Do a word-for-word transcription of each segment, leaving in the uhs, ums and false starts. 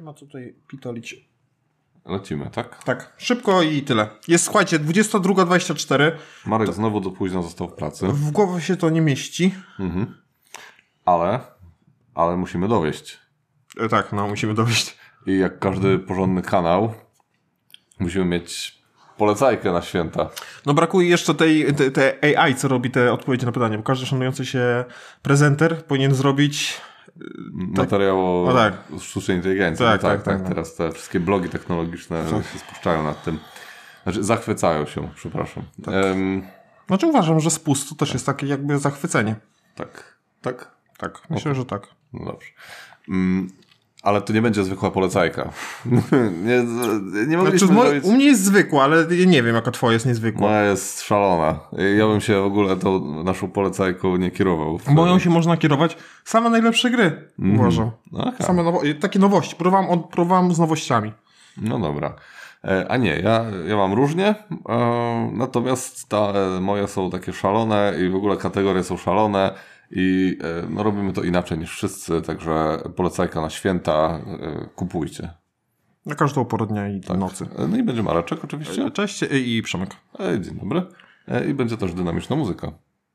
ma co tutaj pitolić. Lecimy, tak? Tak, szybko i tyle. Jest, słuchajcie, dwudziesta druga dwadzieścia cztery. Marek to... znowu do późna został w pracy. W głowę się to nie mieści. Mhm. Ale, ale musimy dowieść. E, tak, no musimy dowieść. I jak każdy porządny kanał, musimy mieć polecajkę na święta. No brakuje jeszcze tej, tej, tej A I, co robi te odpowiedzi na pytanie, bo każdy szanujący się prezenter powinien zrobić... Materiał o tak. sztucznej inteligencji. Tak, no tak, tak, tak, tak. Teraz te wszystkie blogi technologiczne tak. się spuszczają nad tym. Znaczy zachwycają się, przepraszam. Tak. Um, znaczy uważam, że spust to też tak. jest takie jakby zachwycenie. Tak. Tak? Tak, myślę, okay. że tak. No dobrze. Um, ale to nie będzie zwykła polecajka. nie, nie mogliśmy znaczy, zrobić... U mnie jest zwykła, ale nie wiem, jaka twoja jest niezwykła. Moja jest szalona. Ja bym się w ogóle tą naszą polecajką nie kierował. Moją się można kierować. Same najlepsze gry, mm. uważam. Okay. Same nowo... Takie nowości. Próbowałem, od... Próbowałem z nowościami. No dobra. A nie, ja, ja mam różnie, e, natomiast ta, moje są takie szalone i w ogóle kategorie są szalone i e, no, robimy to inaczej niż wszyscy, także polecajka na święta e, kupujcie. Na każdą porę dnia i tak. nocy. No i będzie Mareczek oczywiście. Cześć i Przemek. E, dzień dobry. E, I będzie też dynamiczna muzyka.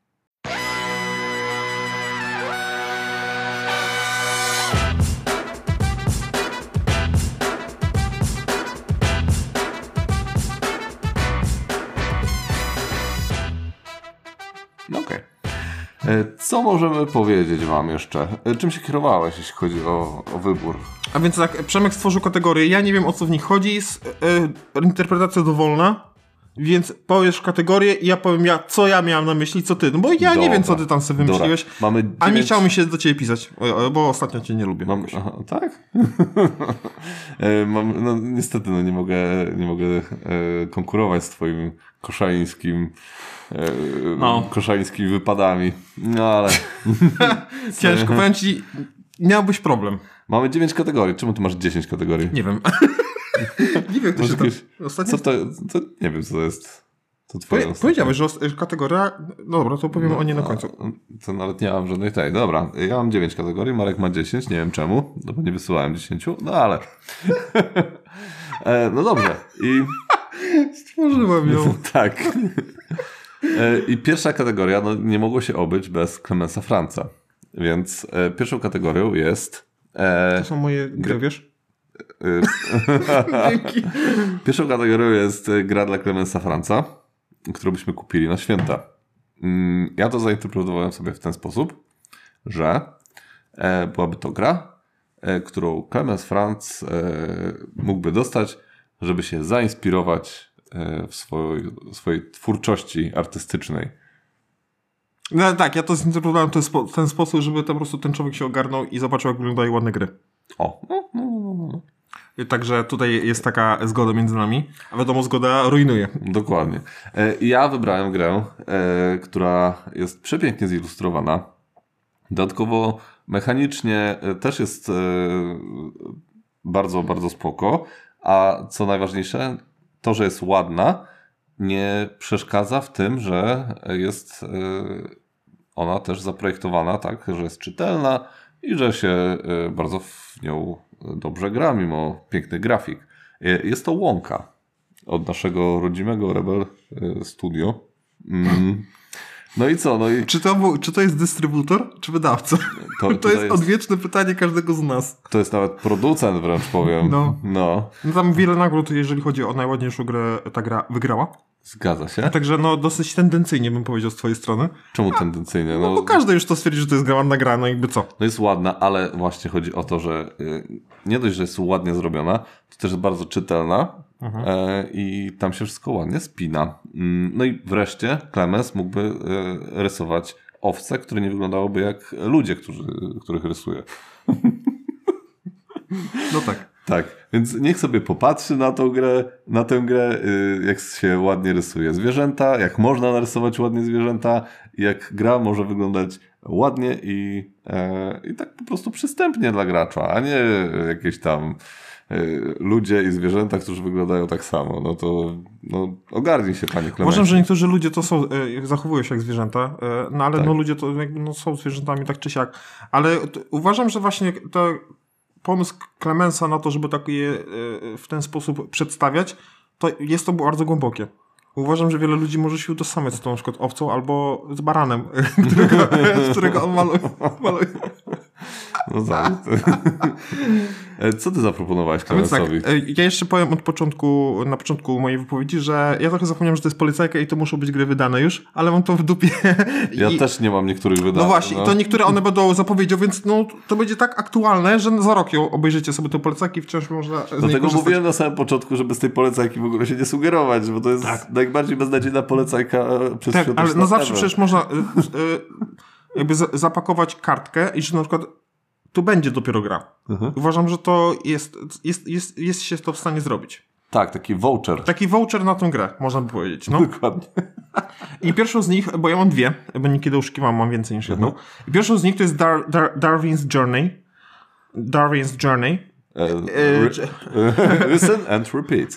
No okej. Okay. Co możemy powiedzieć wam jeszcze? Czym się kierowałeś, jeśli chodzi o, o wybór? A więc tak, Przemek stworzył kategorię. Ja nie wiem, o co w nich chodzi. Jest, e, interpretacja dowolna. Więc powiesz kategorię i ja powiem, ja, co ja miałem na myśli, co ty. No bo ja dobra, nie wiem, co ty tam sobie wymyśliłeś. Mamy dziewięć... A nie chciało mi się do ciebie pisać, bo ostatnio cię nie lubię. Mam... Aha, tak? Mam... No niestety, no nie mogę, nie mogę e, konkurować z twoim koszańskim e, no. koszańskimi wypadami. No ale... Ciężko, powiem ci, miałbyś problem. Mamy dziewięć kategorii. Czemu ty masz dziesięć kategorii? Nie wiem. nie wiem, to się tam... Ostatnio... Co to, to... Nie wiem, co to jest. To twoje Powie, powiedziałeś, że kategoria... No dobra, to powiemy no, o niej na końcu. To nawet nie mam żadnej tej. Dobra, ja mam dziewięć kategorii, Marek ma dziesięć, nie wiem czemu, no bo nie wysyłałem dziesięciu, no ale... e, no dobrze. I... Stworzyłem ją. tak. E, I pierwsza kategoria, no nie mogło się obyć bez Clemensa Franza. Więc e, pierwszą kategorią jest... E, to są moje gry, wiesz? Pierwszą kategorią jest gra dla Clemensa Franza, którą byśmy kupili na święta. Ja to zainterpretowałem sobie w ten sposób, że byłaby to gra, którą Clemens Franz mógłby dostać, żeby się zainspirować w swojej, swojej twórczości artystycznej. No tak, ja to zinterpretowałem w ten sposób, żeby po prostu ten człowiek się ogarnął i zobaczył, jak wyglądają ładne gry. O, no, no, no, no. Także tutaj jest taka zgoda między nami, a wiadomo, zgoda rujnuje. Dokładnie. Ja wybrałem grę, która jest przepięknie zilustrowana. Dodatkowo mechanicznie też jest bardzo, bardzo spoko, a co najważniejsze, to, że jest ładna, nie przeszkadza w tym, że jest ona też zaprojektowana tak, że jest czytelna i że się bardzo w nią dobrze gra, mimo pięknych grafik. Jest to Łąka od naszego rodzimego Rebel Studio. Mm. No i co? No i... Czy, to, czy to jest dystrybutor, czy wydawca? To, to jest, jest odwieczne pytanie każdego z nas. To jest nawet producent, wręcz powiem. No. No. No tam wiele nagród, jeżeli chodzi o najładniejszą grę, ta gra wygrała. Zgadza się. Także no dosyć tendencyjnie bym powiedział z twojej strony. Czemu tendencyjnie? No, no bo każdy już to stwierdzi, że to jest gra ładna gra, no jakby co. No jest ładna, ale właśnie chodzi o to, że y, nie dość, że jest ładnie zrobiona, to też jest bardzo czytelna mhm. y, i tam się wszystko ładnie spina. Y, no i wreszcie Clemens mógłby y, rysować owce, które nie wyglądałyby jak ludzie, którzy, których rysuje. No tak. Tak, więc niech sobie popatrzy na tą grę, na tę grę, jak się ładnie rysuje zwierzęta, jak można narysować ładnie zwierzęta, jak gra może wyglądać ładnie i, e, i tak po prostu przystępnie dla gracza, a nie jakieś tam e, ludzie i zwierzęta, którzy wyglądają tak samo. No to no, ogarnij się, panie Klemencie. Uważam, że niektórzy ludzie to są, e, zachowują się jak zwierzęta, e, no ale tak. no ludzie to jakby no, są zwierzętami tak czy siak, ale t- uważam, że właśnie to pomysł Clemensa na to, żeby tak je w ten sposób przedstawiać, to jest to bardzo głębokie. Uważam, że wiele ludzi może się utożsamiać z tą na przykład owcą albo z baranem, którego, którego on maluje. maluje. No tak. Co ty zaproponowałeś Clemensowi? Tak, ja jeszcze powiem od początku, na początku mojej wypowiedzi, że ja trochę zapomniałem, że to jest policajka i to muszą być gry wydane już, ale mam to w dupie. Ja I... też nie mam niektórych wydanych. No właśnie, no. I to niektóre one będą zapowiedzią, więc no, to będzie tak aktualne, że za rok ją obejrzycie sobie tę polecajkę i wciąż można z Dlatego niej korzystać. mówiłem na samym początku, żeby z tej polecajki w ogóle się nie sugerować, bo to jest tak. najbardziej beznadziejna polecajka przez tak, ale no zawsze ever. przecież można y, y, jakby z, zapakować kartkę i że na przykład tu będzie dopiero gra. Mhm. Uważam, że to jest, jest, jest, jest się to w stanie zrobić. Tak, taki voucher. Taki voucher na tę grę, można by powiedzieć. No. Dokładnie. I pierwszą z nich, bo ja mam dwie, bo niekiedy oszukiwam, mam więcej niż jedną. Mhm. I pierwszą z nich to jest Dar, Dar, Darwin's Journey. Darwin's Journey. Uh, re- listen and repeat.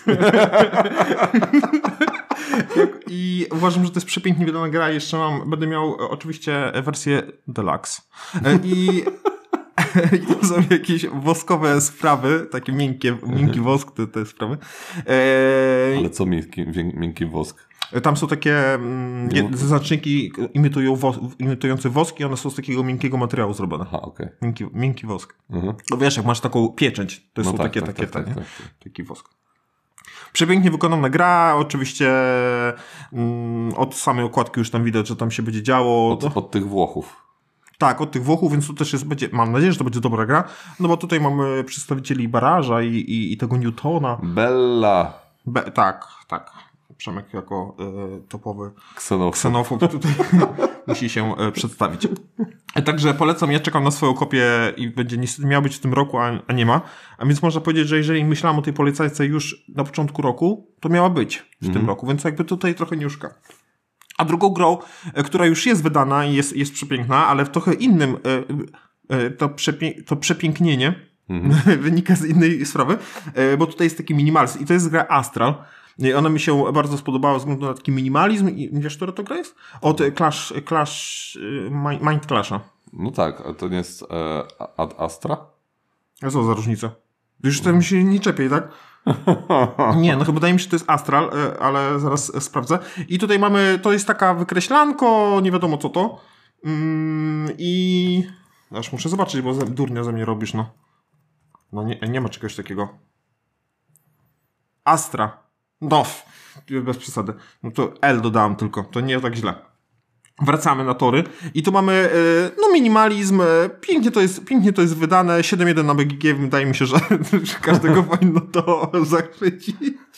I uważam, że to jest przepięknie wydana gra. Jeszcze mam, będę miał oczywiście wersję Deluxe. I... I to są jakieś woskowe sprawy, takie miękkie, miękki wosk, te, te sprawy. Eee, Ale co miękki, miękki wosk? Tam są takie mm, znaczniki imitują wos, imitujące wosk i one są z takiego miękkiego materiału zrobione. Aha, okay. Miękki, miękki wosk. Mhm. No wiesz, jak masz taką pieczęć, to no są tak, takie, tak, takie, tak, tak, tak, tak. taki wosk. Przepięknie wykonana gra, oczywiście mm, od samej okładki już tam widać, że tam się będzie działo. Od, od tych Włochów. Tak, od tych Włochów, więc tu też jest, będzie, mam nadzieję, że to będzie dobra gra, no bo tutaj mamy przedstawicieli Baraża i, i, i tego Newtona. Bella. Be, tak, tak. Przemek jako y, topowy ksenofob, ksenofob tutaj musi się y, przedstawić. Także polecam, ja czekam na swoją kopię i będzie niestety miała być w tym roku, a, a nie ma. A więc można powiedzieć, że jeżeli myślałem o tej polecajce już na początku roku, to miała być w mm. tym roku, więc jakby tutaj trochę nie uszka. A drugą grą, która już jest wydana i jest, jest przepiękna, ale w trochę innym to, przepię- to przepięknienie mm-hmm. wynika z innej sprawy, bo tutaj jest taki minimalizm i to jest gra Astral. I ona mi się bardzo spodobała ze względu na taki minimalizm i wiesz, która to gra jest? Od Clash, Clash Mind Clasha. No tak, a to nie jest e, Ad Astra? A co za różnica? Już to mi się nie czepiej, tak? Nie, no chyba wydaje mi się, że to jest Astral, ale zaraz sprawdzę. I tutaj mamy, to jest taka wykreślanko, nie wiadomo co to. Mm, I aż muszę zobaczyć, bo durnia ze mnie robisz, no. No nie, nie ma czegoś takiego. Astra. No, bez przesady. No to L dodałem tylko, to nie tak źle. Wracamy na tory i tu mamy no minimalizm, pięknie to jest, pięknie to jest wydane, siedem jeden na B G G, wydaje mi się, że każdego powinno to zachwycić.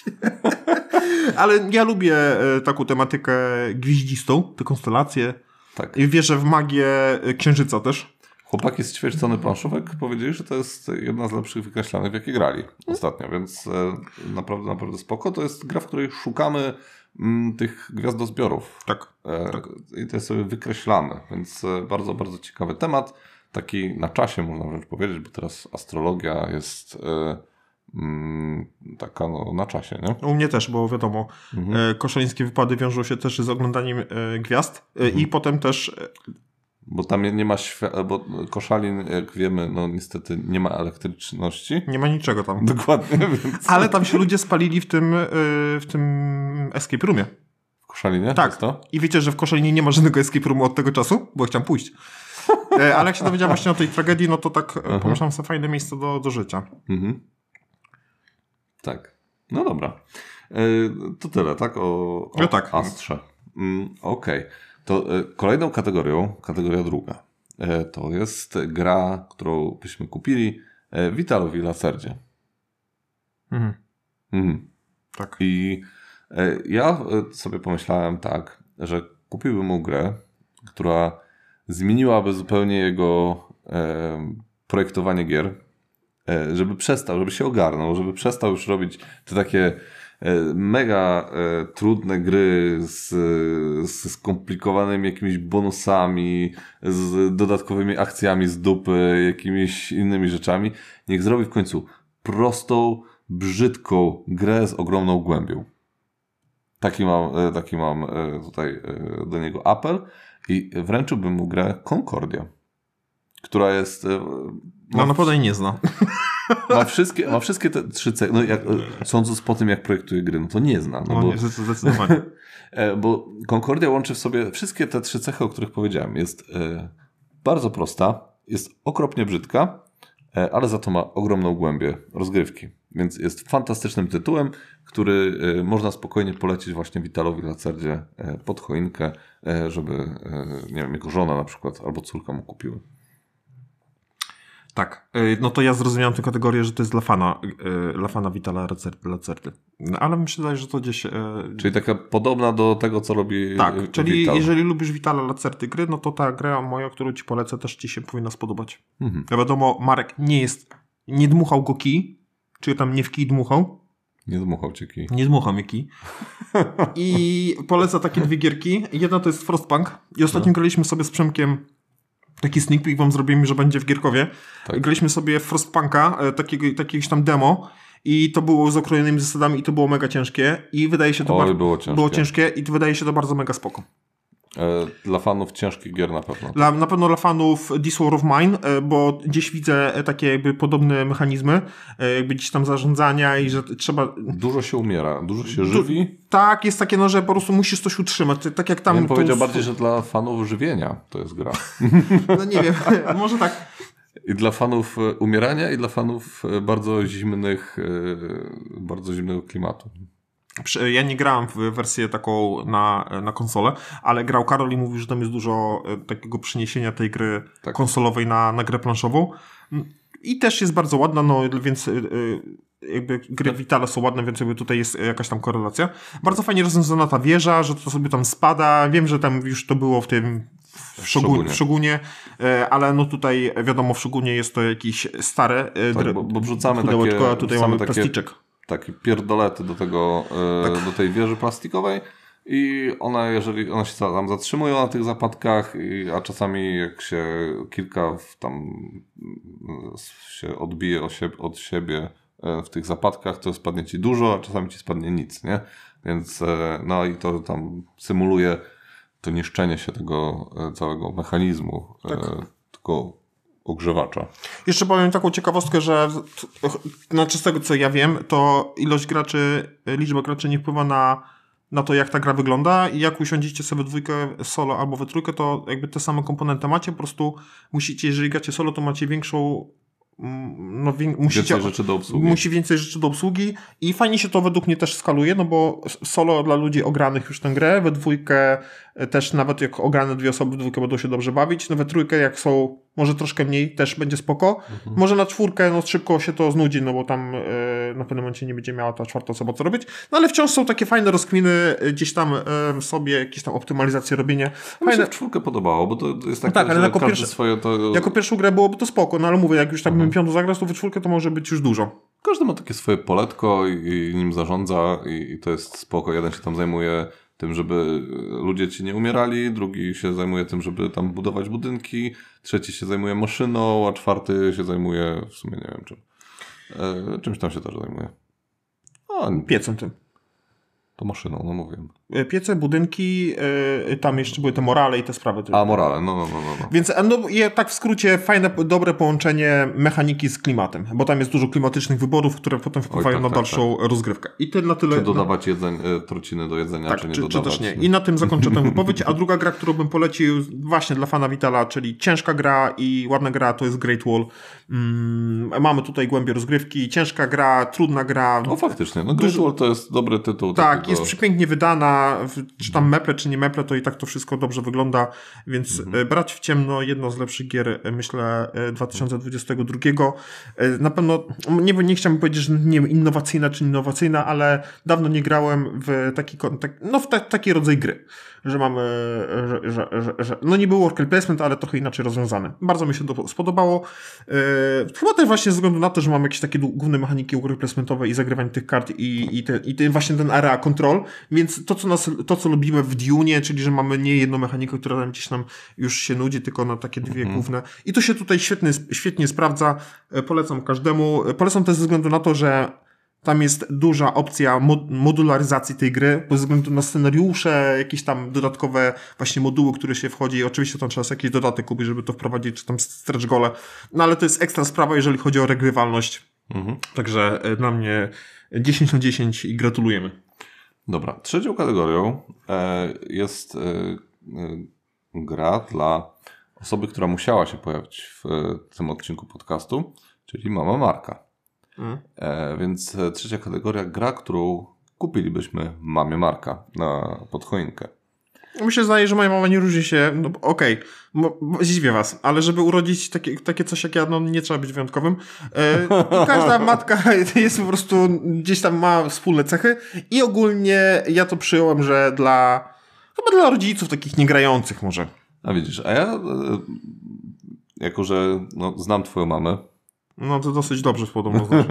Ale ja lubię taką tematykę gwiździstą, te konstelacje. Tak. I wierzę w magię księżyca też. Chłopaki z Ćwiercony Planszówek powiedzieli, że to jest jedna z lepszych wykreślanych, w jakie grali ostatnio, więc naprawdę, naprawdę spoko. To jest gra, w której szukamy m, tych gwiazdozbiorów. Tak, e, tak. I to jest sobie wykreślane, więc bardzo, bardzo ciekawy temat. Taki na czasie, można wręcz powiedzieć, bo teraz astrologia jest e, m, taka no, na czasie, nie? U mnie też, bo wiadomo, mhm. koszalińskie wypady wiążą się też z oglądaniem e, gwiazd e, mhm. i potem też... E, Bo tam nie ma światła, bo Koszalin, jak wiemy, no niestety nie ma elektryczności. Nie ma niczego tam. Dokładnie. Więc... Ale tam się ludzie spalili w tym, w tym escape roomie. W Koszalinie? Tak. To? I wiecie, że w Koszalinie nie ma żadnego escape roomu od tego czasu, bo chciałem pójść. Ale jak się dowiedziałem właśnie o tej tragedii, no to tak uh-huh. pomyślałem sobie, fajne miejsce do, do życia. Mhm. Tak. No dobra. To tyle, tak? O, o no tak. Astrze. Mm, Okej. Okay. To y, kolejną kategorią, kategoria druga, y, to jest gra, którą byśmy kupili y, Vitalowi Lacerdzie. Mhm. Mhm. Tak. I y, ja y, sobie pomyślałem tak, że kupiłbym mu grę, która zmieniłaby zupełnie jego y, projektowanie gier, y, żeby przestał, żeby się ogarnął, żeby przestał już robić te takie mega e, trudne gry z, z skomplikowanymi jakimiś bonusami, z dodatkowymi akcjami z dupy, jakimiś innymi rzeczami. Niech zrobi w końcu prostą, brzydką grę z ogromną głębią. Taki mam, e, taki mam e, tutaj e, do niego apel i wręczyłbym mu grę Concordia. która jest... No na podaj nie zna. Ma wszystkie, ma wszystkie te trzy cechy. No jak, sądząc po tym, jak projektuje gry, no to nie zna. No, no bo, nie, zdecydowanie. Bo Concordia łączy w sobie wszystkie te trzy cechy, o których powiedziałem. Jest e, bardzo prosta, jest okropnie brzydka, e, ale za to ma ogromną głębię rozgrywki. Więc jest fantastycznym tytułem, który e, można spokojnie polecić właśnie Vitalowi Lacerdzie e, pod choinkę, e, żeby, e, nie wiem, jego żona na przykład albo córka mu kupiły. Tak, no to ja zrozumiałem tę kategorię, że to jest dla fana, dla fana Vitala Lacerdy. No, ale myślę, że to gdzieś... Czyli taka podobna do tego, co robi Tak, czyli Vital. Jeżeli lubisz Vitala Lacerdy gry, no to ta gra moja, którą ci polecę, też ci się powinna spodobać. Mhm. Ja wiadomo, Marek nie jest, nie dmuchał go kij, czy tam nie w kij dmuchał. Nie dmuchał cię kij. Nie dmuchał mnie kij. I poleca takie dwie gierki. Jedna to jest Frostpunk i ostatnio no. graliśmy sobie z Przemkiem taki sneak peek wam zrobimy, że będzie w Gierkowie. Tak. Graliśmy sobie w Frostpunka, takiego, jakiegoś tam demo i to było z okrojonymi zasadami i to było mega ciężkie i wydaje się to Oj, bardzo było ciężkie. było ciężkie i to wydaje się to bardzo mega spoko. Dla fanów ciężkich gier na pewno. Dla, na pewno dla fanów This War of Mine, bo gdzieś widzę takie jakby podobne mechanizmy, jakby gdzieś tam zarządzania i że trzeba... Dużo się umiera, dużo się żywi. Du- tak, jest takie, no, że po prostu musisz coś utrzymać. Tak jak tam... Ja bym tu... powiedział bardziej, że dla fanów żywienia to jest gra. No nie wiem, może tak. I dla fanów umierania i dla fanów bardzo zimnych, bardzo zimnego klimatu. Ja nie grałem w wersję taką na, na konsolę, ale grał Karol i mówił, że tam jest dużo takiego przeniesienia tej gry tak. konsolowej na, na grę planszową. I też jest bardzo ładna, no więc jakby gry Vitala są ładne, więc jakby tutaj jest jakaś tam korelacja. Bardzo fajnie rozwiązana ta wieża, że to sobie tam spada. Wiem, że tam już to było w tym w, Shogun, w Shogunie, ale no tutaj wiadomo, w Shogunie jest to jakieś stare tak, dry, bo, bo wrzucamy takie, a tutaj mamy takie, plasticzek. Takie pierdolety do tego, tak. do tej wieży plastikowej i one, jeżeli one się tam zatrzymują na tych zapadkach, i, a czasami jak się kilka w tam się odbije od siebie w tych zapadkach, to spadnie ci dużo, a czasami ci spadnie nic, nie? Więc no i to tam symuluje to niszczenie się tego całego mechanizmu, tak. tylko ogrzewacza. Jeszcze powiem taką ciekawostkę, że znaczy z tego co ja wiem, to ilość graczy, liczba graczy nie wpływa na, na to, jak ta gra wygląda i jak usiądziecie sobie dwójkę solo albo we trójkę, to jakby te same komponenty macie, po prostu musicie, jeżeli gracie solo, to macie większą no, wie, musicie, więcej rzeczy do obsługi. Musi więcej rzeczy do obsługi i fajnie się to według mnie też skaluje, no bo solo dla ludzi ogranych już tę grę, we dwójkę też nawet jak ograne dwie osoby w dwójkę będą się dobrze bawić, no we trójkę jak są może troszkę mniej, też będzie spoko. Mhm. Może na czwórkę no szybko się to znudzi, no bo tam yy, na pewnym momencie nie będzie miała ta czwarta osoba co robić, no ale wciąż są takie fajne rozkminy, gdzieś tam yy, sobie jakieś tam optymalizacje robienie. Fajne. Mi się w czwórkę podobało, bo to jest tak, no tak, ale jako, pierwszy, swoje to... jako pierwszą grę byłoby to spoko, no ale mówię, jak już tam mhm. bym piątą zagrał, to we czwórkę to może być już dużo. Każdy ma takie swoje poletko i, i nim zarządza i, i to jest spoko. Jeden się tam zajmuje tym, żeby ludzie ci nie umierali, drugi się zajmuje tym, żeby tam budować budynki, trzeci się zajmuje maszyną, a czwarty się zajmuje, w sumie nie wiem czym. E, czymś tam się też zajmuje. A, piecem tym. To maszyną, no mówiłem. Piece, budynki, yy, tam jeszcze były te morale i te sprawy. A, morale, no, no, no. no. Więc no, je, tak w skrócie fajne, dobre połączenie mechaniki z klimatem, bo tam jest dużo klimatycznych wyborów, które potem wpływają Oj, tak, na tak, dalszą tak. rozgrywkę. I ty na tyle... Czy dodawać no... jedzeń, truciny do jedzenia, tak, czy nie czy, dodawać. Czy też nie. I na tym zakończę tę wypowiedź. A druga gra, którą bym polecił właśnie dla fana Vitala, czyli ciężka gra i ładna gra, to jest Great Wall. Mm, mamy tutaj głębię rozgrywki, ciężka gra, trudna gra. O faktycznie, no Great Wall to jest dobry tytuł. Tak, takiego... jest przepięknie wydana, czy tam meple, czy nie meple, to i tak to wszystko dobrze wygląda, więc mhm. Brać w ciemno, jedno z lepszych gier, myślę, dwa tysiące dwudziestego drugiego. Na pewno, nie, nie chciałbym powiedzieć, że nie wiem, innowacyjna czy innowacyjna, ale dawno nie grałem w taki, tak, no w ta, taki rodzaj gry, że mamy, że, że, że, że no nie był worker placement, ale trochę inaczej rozwiązane. Bardzo mi się to spodobało. Yy, chyba też właśnie ze względu na to, że mamy jakieś takie główne mechaniki worker placementowe i zagrywanie tych kart i, i, te, i te, właśnie ten area control, więc to co, nas, to, co lubimy w Dune, czyli że mamy nie jedną mechanikę, która tam gdzieś nam już się nudzi, tylko na takie dwie mm-hmm. główne. I to się tutaj świetnie, świetnie sprawdza. Polecam każdemu. Polecam też ze względu na to, że Tam jest duża opcja mod- modularyzacji tej gry, bez względu na scenariusze, jakieś tam dodatkowe właśnie moduły, które się wchodzi. Oczywiście tam trzeba jakiś dodatek kupić, żeby to wprowadzić, czy tam stretch gole. No ale to jest ekstra sprawa, jeżeli chodzi o regrywalność. Mhm. Także dla mnie dziesięć na dziesięć i gratulujemy. Dobra, trzecią kategorią e, jest e, e, gra dla osoby, która musiała się pojawić w e, tym odcinku podcastu, czyli mama Marka. Mm. E, więc trzecia kategoria, gra, którą kupilibyśmy mamie Marka na podchoinkę. Mi się zdaje, że moja mama nie różni się, no okej, okay, zdziwię was, ale żeby urodzić takie, takie coś jak ja, no nie trzeba być wyjątkowym. E, każda matka jest po prostu, gdzieś tam ma wspólne cechy i ogólnie ja to przyjąłem, że dla, chyba dla rodziców takich niegrających może. A widzisz, a ja, jako że no, znam twoją mamę, no to dosyć dobrze podobno znasz.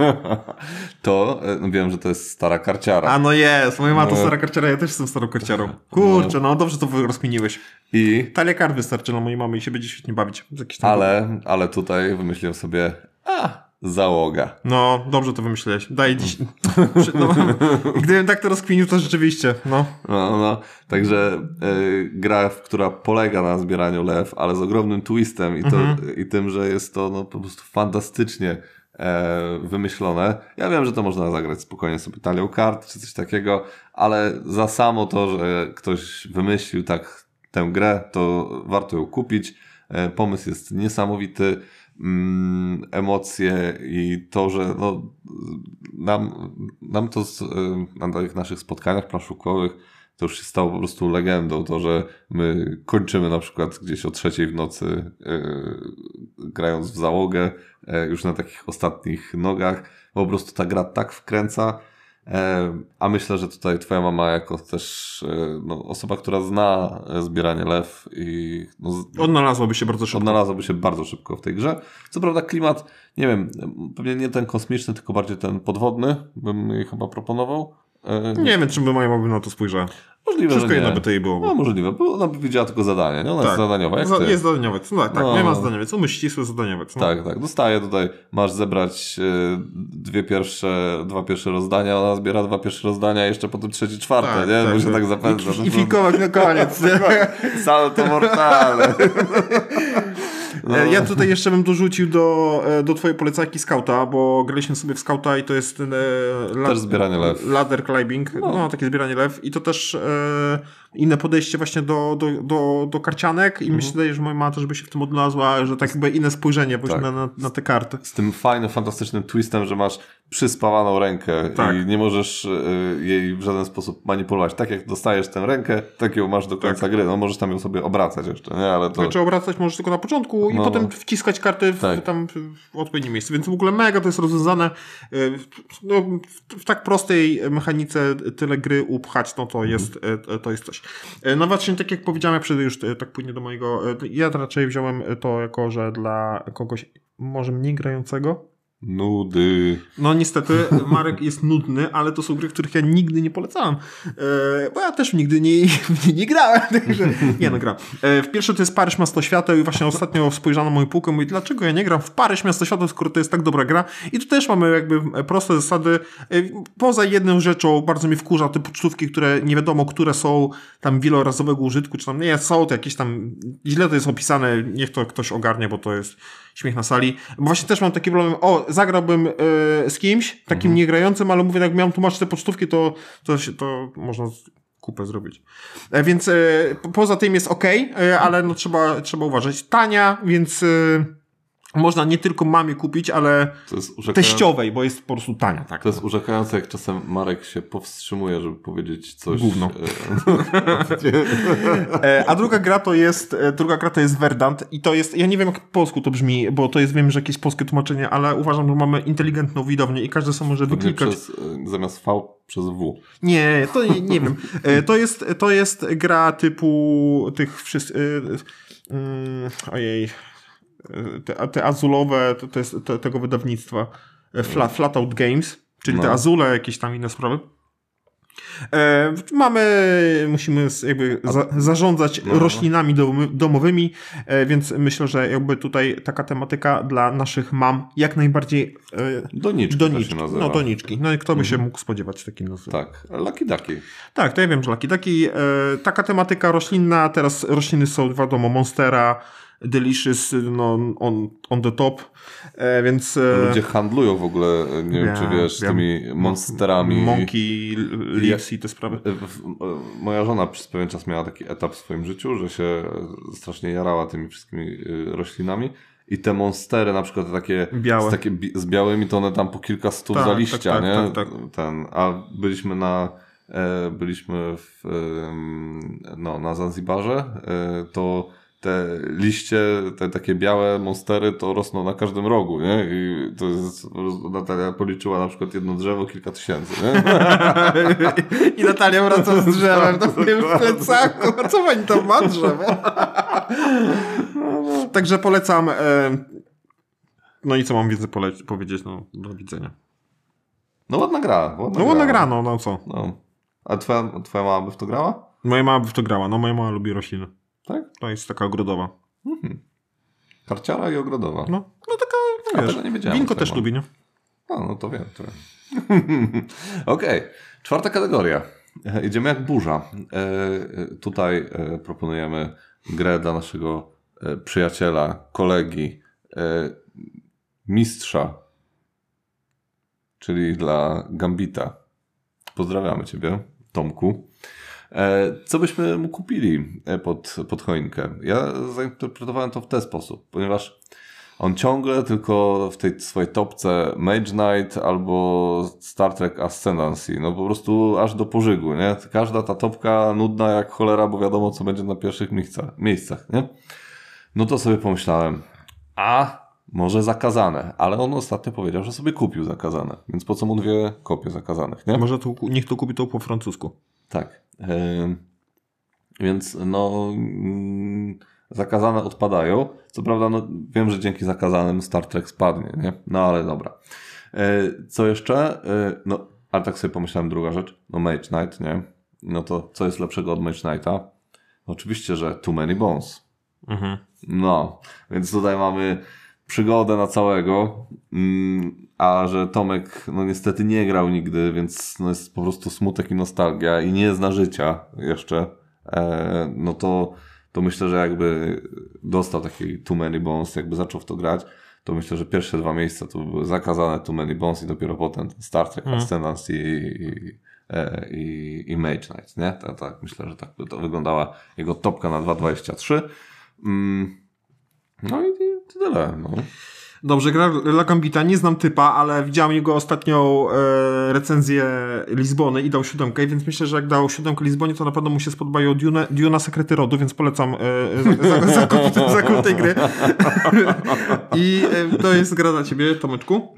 To no wiem, że to jest stara karciara. A no jest, moja mama to stara karciara, ja też jestem starą karciarą. Kurczę, no dobrze to rozkminiłeś. I... Talia kart wystarczy dla mojej mamy i się będzie świetnie bawić. Ale, ale tutaj wymyśliłem sobie, a, załoga. No, dobrze to wymyśliłeś. Daj dziś. No, gdybym tak to rozkminił, to rzeczywiście, no. No, no. Także y, gra, która polega na zbieraniu lew, ale z ogromnym twistem i, to, mhm. i tym, że jest to no, po prostu fantastycznie e, wymyślone. Ja wiem, że to można zagrać spokojnie sobie talią kart czy coś takiego, ale za samo to, że ktoś wymyślił tak tę grę, to warto ją kupić. E, pomysł jest niesamowity. Mm, emocje i to, że no, nam, nam to z, na tych naszych spotkaniach planszówkowych to już się stało po prostu legendą, to, że my kończymy na przykład gdzieś o trzeciej w nocy yy, grając w załogę yy, już na takich ostatnich nogach, po prostu ta gra tak wkręca. A myślę, że tutaj twoja mama jako też no, osoba, która zna zbieranie lew i no, odnalazłaby się bardzo szybko. Odnalazłaby się bardzo szybko w tej grze. Co prawda klimat, nie wiem, pewnie nie ten kosmiczny, tylko bardziej ten podwodny bym jej chyba proponował. Nie wiem, czym by moja mama na to spojrzała. Możliwe, Wszystko że nie. jedno by to jej było. No możliwe, bo ona by widziała tylko zadanie. Nie? Ona tak. jest zadaniowa, jak Za, ty. Jest zadaniowiec, no tak, tak. No. Nie ma zadaniowiec, umysł ścisły zadaniowiec. No. Tak, tak. Dostaje tutaj, masz zebrać y, dwie pierwsze, dwa pierwsze rozdania, ona zbiera dwa pierwsze rozdania, jeszcze potem trzecie, czwarte, tak, nie? Tak, Bo się tak, tak zapędza. I, i fikować na koniec. Salto mortale. No. Ja tutaj jeszcze bym dorzucił do, do twojej polecajki Skauta, bo graliśmy sobie w Skauta i to jest ten... La- też zbieranie lew. Ladder climbing, no. no takie zbieranie lew i to też e, inne podejście właśnie do, do, do, do karcianek i mhm. myślę, że moja mama też by się w tym odnalazła, że tak jakby inne spojrzenie tak. na, na, na te karty. Z tym fajnym, fantastycznym twistem, że masz przyspawaną rękę tak. i nie możesz y, jej w żaden sposób manipulować. Tak jak dostajesz tę rękę, tak ją masz do końca tak. gry. No możesz tam ją sobie obracać jeszcze, nie? Ale to... Znaczy obracać możesz tylko na początku i no. potem wciskać karty w, tak. tam w odpowiednim miejscu. Więc w ogóle mega to jest rozwiązane. No, w, w tak prostej mechanice tyle gry upchać, no to jest, mhm. to jest coś. No właśnie, tak jak powiedziałem, jak przejdę już tak płynnie do mojego, ja raczej wziąłem to jako, że dla kogoś może mniej grającego. Nudy. No niestety, Marek jest nudny, ale to są gry, których ja nigdy nie polecałem. E, bo ja też nigdy nie, nie, nie grałem. Także nie no, gram. E, w pierwsze to jest Paryż Miasto Świateł i właśnie ostatnio spojrzano na moją półkę i mówię, dlaczego ja nie gram w Paryż Miasto Świateł, skoro to jest tak dobra gra. I tu też mamy jakby proste zasady. E, poza jedną rzeczą bardzo mnie wkurza te pocztówki, które nie wiadomo, które są tam wielorazowego użytku, czy tam nie są, to jakieś tam źle to jest opisane, niech to ktoś ogarnie, bo to jest śmiech na sali. Bo właśnie też mam taki problem, o, zagrałbym y, z kimś, takim mhm. niegrającym, ale mówię, jak miałem tłumaczyć te pocztówki, to, to, się, to można kupę zrobić. E, więc y, poza tym jest okej, okay, ale no trzeba, trzeba uważać. Tania, więc y, można nie tylko mamie kupić, ale teściowej, bo jest po prostu tania. Tak. To jest urzekające, jak czasem Marek się powstrzymuje, żeby powiedzieć coś. Gówno. A druga gra to jest druga gra to jest Verdant i to jest, ja nie wiem jak po polsku to brzmi, bo to jest, wiem, że jakieś polskie tłumaczenie, ale uważam, że mamy inteligentną widownię i każdy sam może wyklikać. Przez, zamiast V przez W. Nie, to nie, nie wiem. To jest, to jest gra typu tych wszystkich... Ojej... Te, te azulowe, to, to jest te, tego wydawnictwa Flat, Flatout Games, czyli no. te azule, jakieś tam inne sprawy. E, mamy, musimy jakby za, zarządzać no. roślinami dom, domowymi, e, więc myślę, że jakby tutaj taka tematyka dla naszych mam jak najbardziej e, doniczki, doniczki. No doniczki. No i kto by mhm. się mógł spodziewać takim nazwy? Tak, Lucky Ducky. Tak, to ja wiem, że Lucky Ducky. E, taka tematyka roślinna, teraz rośliny są wiadomo Monstera, Delicious, no on, on the top, e, więc... E, Ludzie handlują w ogóle, nie wiem, czy wiesz, wiem. tymi monsterami. Monkey, leaves i te sprawy. Moja żona przez pewien czas miała taki etap w swoim życiu, że się strasznie jarała tymi wszystkimi roślinami i te monstery na przykład takie, Białe. Z, takie z białymi, to one tam po kilka stów tak, za liścia, tak, nie? Tak, tak, tak. Ten, a byliśmy na byliśmy w, no, na Zanzibarze, to te liście, te takie białe monstery to rosną na każdym rogu, nie? I to jest, Natalia policzyła na przykład jedno drzewo kilka tysięcy, nie? I Natalia wraca z drzewem na tym plecaku. Co pani tam ma drzewo? Także polecam. No i co mam więcej poleci- powiedzieć? No, do widzenia. No ładna gra. Ładna no ładna gra, gra, no, no co? No. A twoja, twoja mama by w to grała? Moja mama by w to grała. No moja mama lubi rośliny. Tak? To jest taka ogrodowa. Mhm. Karciara i ogrodowa. No, no taka, no wiesz, nie wiedziałem, winko też lubi, nie? No, no to wiem, to wiem. Okej, okay. Czwarta kategoria. Idziemy jak burza. E, tutaj e, proponujemy grę dla naszego e, przyjaciela, kolegi, e, mistrza, czyli dla Gambita. Pozdrawiamy ciebie, Tomku. Co byśmy mu kupili pod, pod choinkę? Ja zainterpretowałem to w ten sposób, ponieważ on ciągle tylko w tej swojej topce Mage Knight albo Star Trek Ascendancy, no po prostu aż do pożygu, nie? Każda ta topka nudna jak cholera, bo wiadomo co będzie na pierwszych miejscach, miejscach, nie? No to sobie pomyślałem, a może zakazane, ale on ostatnio powiedział, że sobie kupił zakazane, więc po co mu dwie kopie zakazanych, nie? Może to, niech to kupi to po francusku. Tak. Yy, więc no yy, zakazane odpadają. Co prawda no, wiem, że dzięki zakazanym Star Trek spadnie, nie? No ale dobra. Yy, co jeszcze? Yy, no, ale tak sobie pomyślałem druga rzecz. No Mage Knight, nie? No to co jest lepszego od Mage Knighta? No, oczywiście, że Too Many Bones. Mhm. No, więc tutaj mamy przygodę na całego, mm, a że Tomek no niestety nie grał nigdy, więc no jest po prostu smutek i nostalgia i nie zna życia jeszcze, e, no to, to myślę, że jakby dostał taki Too Many Bones, jakby zaczął w to grać, to myślę, że pierwsze dwa miejsca to były zakazane Too Many Bones i dopiero potem Star Trek, mm. Ascendancy i, i, i, i Mage Knight, nie? Tak, tak, myślę, że tak by to wyglądała jego topka na dwa dwadzieścia trzy. Mm. No i tyle, no. Dobrze, gra dla Gambita, nie znam typa, ale widziałem jego ostatnią e, recenzję Lizbony i dał siódemkę, więc myślę, że jak dał siódemkę Lizbonie, to na pewno mu się spodobają Dune, Duna Sekrety Rodu, więc polecam e, zakup, zakup tej gry. I e, to jest gra dla ciebie, Tomeczku.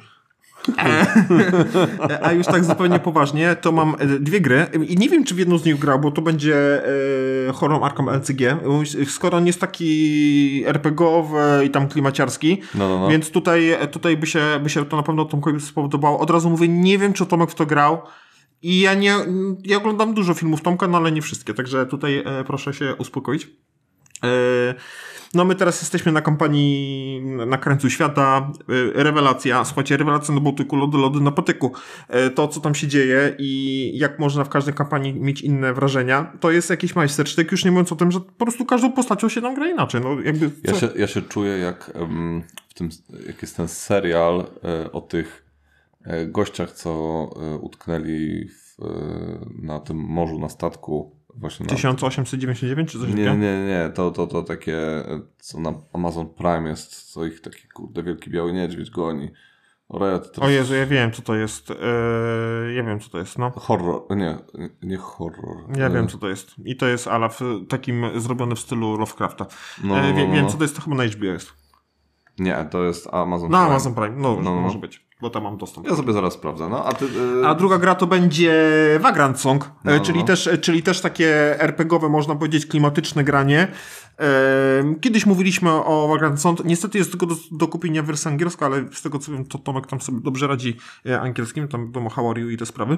E, a już tak zupełnie poważnie, to mam dwie gry i nie wiem, czy w jedną z nich grał, bo to będzie e, Horror Arkham L C G, skoro on jest taki er pe gie owy i tam klimaciarski, no, no, no. Więc tutaj, tutaj by, się, by się to na pewno Tomkowi spodobało. Od razu mówię, nie wiem, czy Tomek w to grał i ja nie, ja oglądam dużo filmów Tomka, no ale nie wszystkie, także tutaj e, proszę się uspokoić. E, No my teraz jesteśmy na kampanii na krańcu świata. Rewelacja, słuchajcie, rewelacja na botyku, lody, lody na patyku. To, co tam się dzieje i jak można w każdej kampanii mieć inne wrażenia, to jest jakiś majstersztyk, już nie mówiąc o tym, że po prostu każdą postacią się tam gra inaczej. No, jakby ja, się, ja się czuję jak um, w tym, jak jest ten serial e, o tych e, gościach, co e, utknęli w, e, na tym morzu, na statku. Właśnie tysiąc osiemset dziewięćdziesiąt dziewięć czy coś takiego? Nie, nie, nie. To, to, to takie, co na Amazon Prime jest, co ich taki kurde wielki biały niedźwiedź goni. O, teraz... o Jezu, ja wiem, co to jest. Eee, ja wiem, co to jest, no. Horror, nie, nie horror. Ja eee. wiem, co to jest. I to jest ala w takim zrobione w stylu Lovecrafta. No, eee, wiem, no, wiem, no. co to jest, to chyba na H B O jest. Nie, to jest Amazon na Prime. Na Amazon Prime, no, no, no może być, bo tam mam dostęp. Ja sobie zaraz sprawdzę, no. A, ty, yy... a druga gra to będzie Vagrant Song, no, czyli, no. Też, czyli też takie er pe gie owe, można powiedzieć, klimatyczne granie. Kiedyś mówiliśmy o Vagrant Song, niestety jest tylko do, do kupienia wersja angielska, ale z tego co wiem, to Tomek tam sobie dobrze radzi angielskim, tam wiadomo how are you i te sprawy.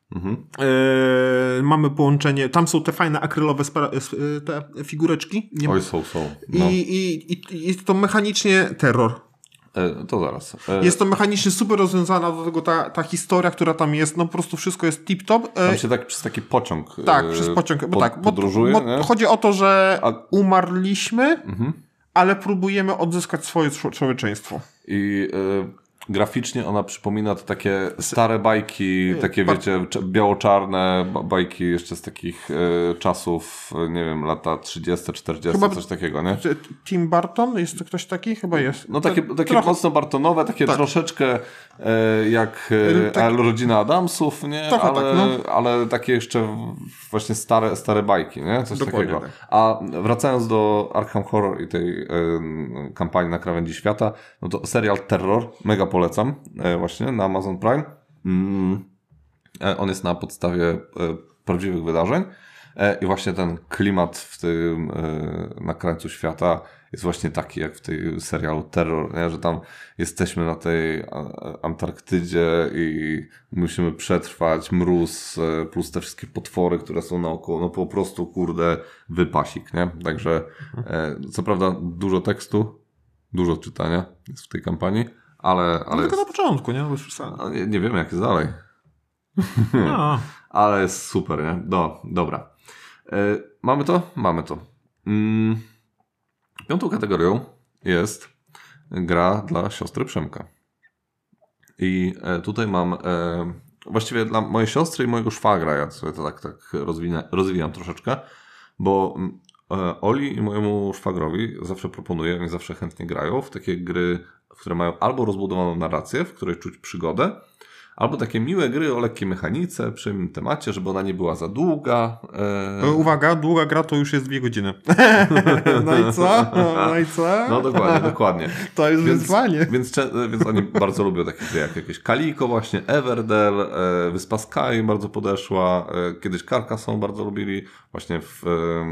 Mhm. Yy, mamy połączenie, tam są te fajne akrylowe spra- te figureczki. Nie Oj, są, są. No. I, i, i jest to mechanicznie terror. E, to zaraz. E, Jest to mechanicznie super rozwiązana, do tego ta, ta historia, która tam jest, no po prostu wszystko jest tip-top. E, tam się tak przez taki pociąg tak, e, przez pociąg, bo pod, tak, bo, podróżuje. bo chodzi o to, że A... umarliśmy, mhm. ale próbujemy odzyskać swoje człowieczeństwo. I e, graficznie ona przypomina te takie stare bajki, takie Par- wiecie, biało-czarne bajki jeszcze z takich e, czasów, nie wiem, lata trzydzieste, czterdzieste, Chyba coś takiego, nie? Tim Burton? Jest to ktoś taki? Chyba jest. No takie, To, takie trochę... mocno Bartonowe, takie tak. troszeczkę e, jak e, tak. rodzina Adamsów, nie? Trochę ale, tak, no. ale takie jeszcze właśnie stare, stare bajki, nie? Coś Dokładnie takiego. tak. A wracając do Arkham Horror i tej e, kampanii na krawędzi świata, no to serial Terror, mega polecam, e, właśnie na Amazon Prime. Mm, e, on jest na podstawie e, prawdziwych wydarzeń. I właśnie ten klimat w tym na krańcu świata jest właśnie taki jak w tej serialu Terror, nie? Że tam jesteśmy na tej Antarktydzie i musimy przetrwać mróz plus te wszystkie potwory, które są naokoło, no po prostu kurde wypasik, nie? Także co prawda dużo tekstu, dużo czytania jest w tej kampanii, ale... ale no tylko jest... na początku, nie? No, nie, nie wiem jak jest dalej. No. Ale jest super, nie? No, dobra. Mamy to? Mamy to. Mm. Piątą kategorią jest gra dla siostry Przemka. I tutaj mam e, właściwie dla mojej siostry i mojego szwagra, ja sobie to tak, tak rozwinę, rozwijam troszeczkę, bo e, Oli i mojemu szwagrowi zawsze proponuję, oni zawsze chętnie grają w takie gry, które mają albo rozbudowaną narrację, w której czuć przygodę, albo takie miłe gry o lekkiej mechanice, przyjemnym temacie, żeby ona nie była za długa. E... Uwaga, długa gra to już jest dwie godziny. No i co? No i co? No dokładnie, dokładnie. To jest więc, wyzwanie. Więc, więc oni bardzo lubią takie gry jak jakieś Kaliko właśnie, Everdell, Wyspa Sky bardzo podeszła, kiedyś Carcassonne bardzo lubili, właśnie w,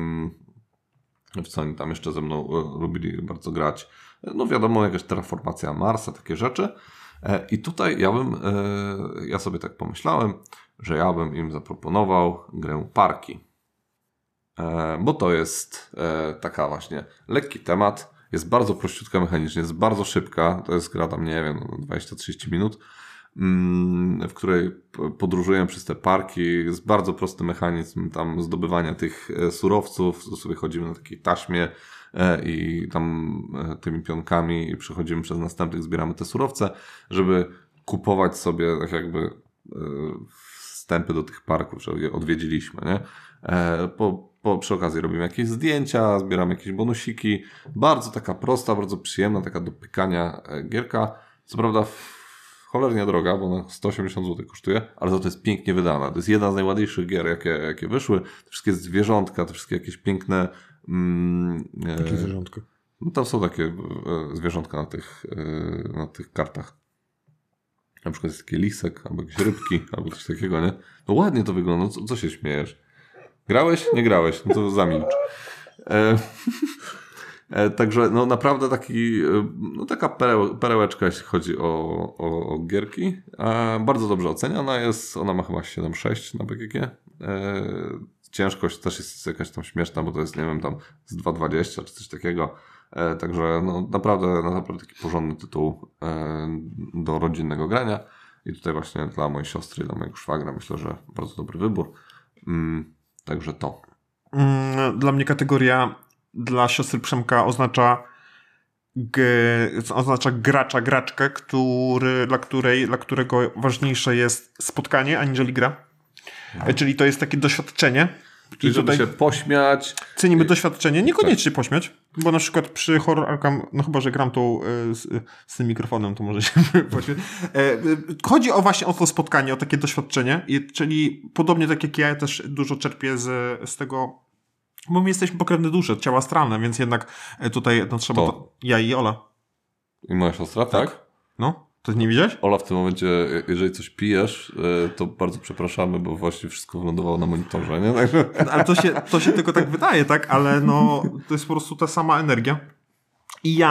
w co oni tam jeszcze ze mną lubili bardzo grać. No wiadomo, jakaś terraformacja Marsa, takie rzeczy. I tutaj ja bym, ja sobie tak pomyślałem, że ja bym im zaproponował grę Parki. Bo to jest taka właśnie lekki temat, jest bardzo prościutka mechanicznie, jest bardzo szybka, to jest gra tam, nie wiem, dwadzieścia trzydzieści minut, w której podróżujemy przez te parki, jest bardzo prosty mechanizm tam zdobywania tych surowców, sobie chodzimy na takiej taśmie, i tam tymi pionkami przechodzimy przez następnych, zbieramy te surowce, żeby kupować sobie tak jakby wstępy do tych parków, że je odwiedziliśmy, nie? Po, po, przy okazji robimy jakieś zdjęcia, zbieramy jakieś bonusiki. Bardzo taka prosta, bardzo przyjemna, taka do pykania gierka. Co prawda cholernie droga, bo ona sto osiemdziesiąt złotych kosztuje, ale za to jest pięknie wydana. To jest jedna z najładniejszych gier, jakie, jakie wyszły. Te wszystkie zwierzątka, te wszystkie jakieś piękne Mm, Jakie zwierzątka? No tam są takie e, zwierzątka na tych, e, na tych kartach. Na przykład jest taki lisek, albo jakieś rybki, albo coś takiego, nie? No ładnie to wygląda, co, co się śmiejesz? Grałeś? Nie grałeś? No to zamilcz. E, e, także no naprawdę taki, no taka pereł, perełeczka, jeśli chodzi o, o, o gierki. E, bardzo dobrze oceniana jest, ona ma chyba siedem sześć na B G G. E, Ciężkość też jest jakaś tam śmieszna, bo to jest, nie wiem, tam z dwa dwadzieścia czy coś takiego. E, także no, naprawdę, naprawdę taki porządny tytuł e, do rodzinnego grania. I tutaj właśnie dla mojej siostry, dla mojego szwagra myślę, że bardzo dobry wybór. Mm, także to. Dla mnie kategoria dla siostry Przemka oznacza g, oznacza gracza, graczkę, który, dla, której, dla którego ważniejsze jest spotkanie aniżeli gra. No. Czyli to jest takie doświadczenie. Czyli żeby się pośmiać. Cenimy doświadczenie, niekoniecznie tak. pośmiać, bo na przykład przy Horror Arkham, no chyba, że gram tą y, z, z tym mikrofonem, to może się pośmiać. E, y, chodzi o właśnie o to spotkanie, o takie doświadczenie, I, czyli podobnie tak jak ja, ja też dużo czerpię z, z tego, bo my jesteśmy pokrewne dusze, ciała astralne, więc jednak tutaj no, trzeba to. to... Ja i Ola. I moja siostra, tak? tak? No. To nie widziałeś? Ola, w tym momencie, jeżeli coś pijesz, to bardzo przepraszamy, bo właśnie wszystko wylądowało na monitorze, nie? Także... Ale to się, to się tylko tak wydaje, tak? Ale no, to jest po prostu ta sama energia. I ja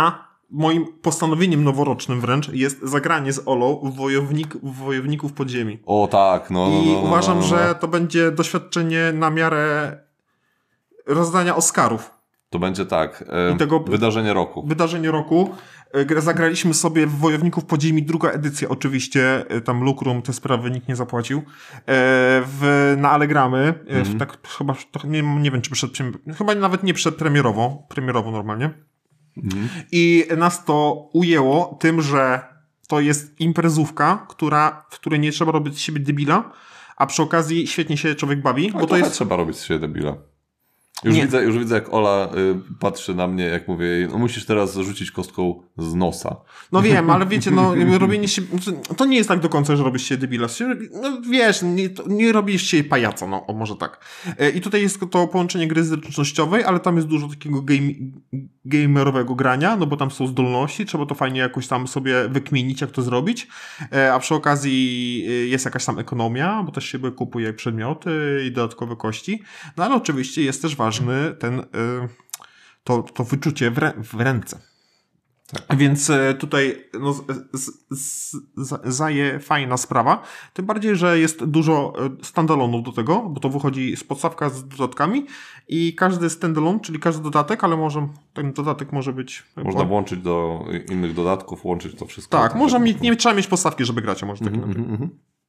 moim postanowieniem noworocznym wręcz jest zagranie z Olą w, wojownik, w Wojowników Podziemi. O tak, no. I no, no, uważam, no, no. że to będzie doświadczenie na miarę rozdania Oscarów. To będzie tak, e, I tego- wydarzenie roku. Wydarzenie roku. E, Zagraliśmy sobie w Wojowników Podziemi, druga edycja oczywiście, e, tam Lucrum te sprawy nikt nie zapłacił, e, w, na Allegramy, e, w, tak chyba, to nie, nie wiem czy przed, chyba nawet nie przed premierową, premierową normalnie. Mhm. I nas to ujęło tym, że to jest imprezówka, która, w której nie trzeba robić z siebie debila, a przy okazji świetnie się człowiek bawi, Bo bo to jest... trzeba robić z siebie debila. Już Nie. widzę, już widzę, jak Ola y, patrzy na mnie, jak mówię jej, no musisz teraz rzucić kostką z nosa. No wiem, ale wiecie, no robienie się... To nie jest tak do końca, że robisz się debila. No wiesz, nie, to nie robisz się pajaca, no o, może tak. E, I tutaj jest to połączenie gry zręcznościowej, ale tam jest dużo takiego game, gamerowego grania, no bo tam są zdolności, trzeba to fajnie jakoś tam sobie wykminić, jak to zrobić. E, a przy okazji e, jest jakaś tam ekonomia, bo też się kupuje przedmioty i dodatkowe kości. No ale oczywiście jest też ważny ten, e, to, to wyczucie w, rę, w ręce. Tak. Więc tutaj no, z, z, z, zaje fajna sprawa. Tym bardziej, że jest dużo standalonów do tego, bo to wychodzi z podstawka z dodatkami i każdy standalone, czyli każdy dodatek, ale może ten dodatek może być... Można włączyć do innych dodatków, łączyć to wszystko. Tak, można mieć, nie trzeba mieć podstawki, żeby grać, a może tak. Mm, mm, mm.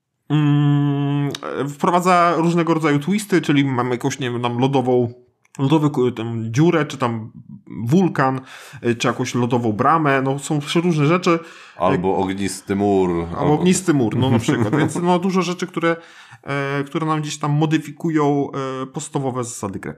Mm, wprowadza różnego rodzaju twisty, czyli mamy jakąś, nie wiem, tam lodową lodowy tam dziurę, czy tam wulkan, czy jakąś lodową bramę, no są różne rzeczy. Albo ognisty mur. Albo, albo ognisty mur, no na przykład. Więc no dużo rzeczy, które, e, które nam gdzieś tam modyfikują e, podstawowe zasady gry.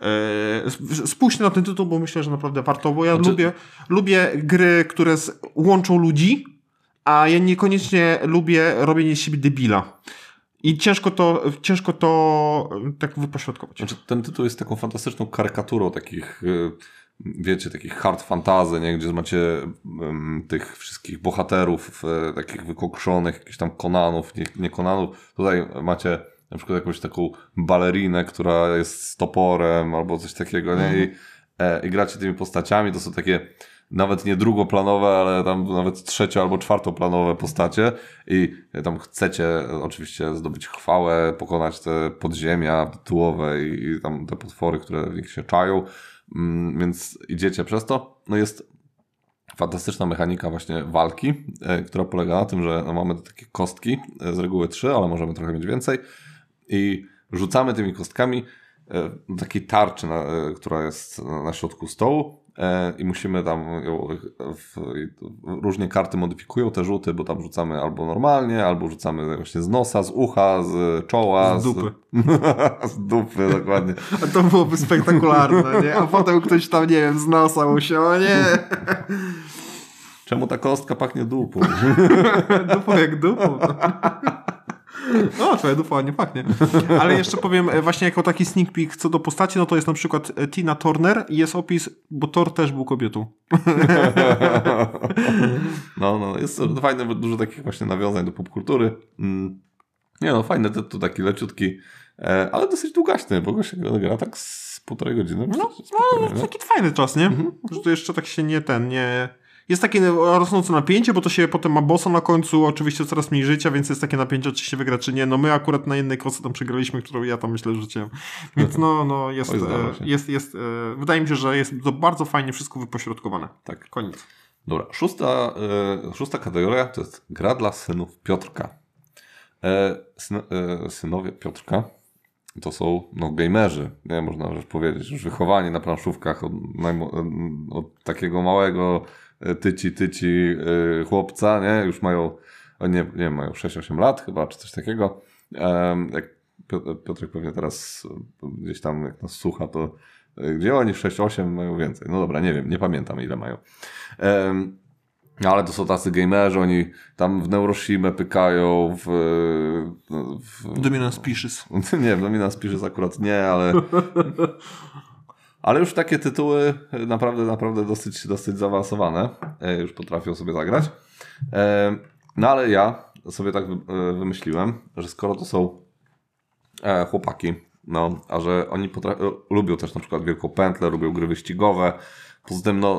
E, spójrzcie na ten tytuł, bo myślę, że naprawdę warto, bo ja znaczy... lubię, lubię gry, które z, łączą ludzi, a ja niekoniecznie lubię robienie z siebie debila. I ciężko to, ciężko to tak wypośrodkować. Znaczy, ten tytuł jest taką fantastyczną karykaturą takich, wiecie, takich hard fantasy, nie? Gdzie macie um, tych wszystkich bohaterów, e, takich wykokszonych, jakichś tam Konanów, nie, nie Konanów. Tutaj macie na przykład jakąś taką balerinę, która jest z toporem albo coś takiego, nie? I, e, i gracie tymi postaciami, to są takie nawet nie drugoplanowe, ale tam nawet trzecio- albo czwartoplanowe postacie i tam chcecie oczywiście zdobyć chwałę, pokonać te podziemia tytułowe i, i tam te potwory, które w nich się czają, mm, więc idziecie przez to. No jest fantastyczna mechanika właśnie walki, e, która polega na tym, że no, mamy takie kostki, e, z reguły trzy, ale możemy trochę mieć więcej i rzucamy tymi kostkami e, do takiej tarczy, na, e, która jest na, na środku stołu. I musimy tam, w, w, różnie karty modyfikują te rzuty, bo tam rzucamy albo normalnie, albo rzucamy właśnie z nosa, z ucha, z czoła. Z dupy. Z, z dupy, dokładnie. A to byłoby spektakularne, nie? A potem ktoś tam, nie wiem, z nosa musiał, a nie. Czemu ta kostka pachnie dupą? Dupą jak dupą. No, twoja dupa nie pachnie. Ale jeszcze powiem właśnie jako taki sneak peek co do postaci, no to jest na przykład Tina Turner i jest opis, bo Thor też był kobietą. No, no, jest fajne, dużo takich właśnie nawiązań do popkultury. Nie no, fajny tytuł, taki leciutki, ale dosyć długaśny, bo go się gra tak z półtorej godziny. No, no taki fajny czas, nie? Mhm. Że to jeszcze tak się nie ten, nie... Jest takie rosnące napięcie, bo to się potem ma bossa na końcu, oczywiście coraz mniej życia, więc jest takie napięcie, czy się wygra, czy nie. No my akurat na jednej kostce tam przegraliśmy, którą ja tam myślę rzuciłem. Więc no, no jest, Oj, e, jest, jest e, wydaje mi się, że jest to bardzo fajnie wszystko wypośrodkowane. Tak. Koniec. Dobra, szósta, e, szósta kategoria to jest gra dla synów Piotrka. E, syn, e, synowie Piotrka to są no, gamerzy, nie można już powiedzieć, już wychowani na planszówkach od, od takiego małego tyci, tyci yy, chłopca, nie? Już mają, nie, nie wiem, mają sześć osiem lat chyba, czy coś takiego. Um, jak Piotrek pewnie teraz gdzieś tam, jak nas słucha, to gdzie oni sześć osiem mają więcej? No dobra, nie wiem, nie pamiętam ile mają. Um, no ale to są tacy gamerzy, oni tam w Neuroshimę pykają, w... w Dominant Species. Nie, w Dominant Species akurat nie, ale... Ale już takie tytuły naprawdę, naprawdę dosyć, dosyć zaawansowane już potrafią sobie zagrać. No ale ja sobie tak wymyśliłem, że skoro to są chłopaki, no, a że oni potra- lubią też na przykład Wielką Pętlę, lubią gry wyścigowe, poza tym no,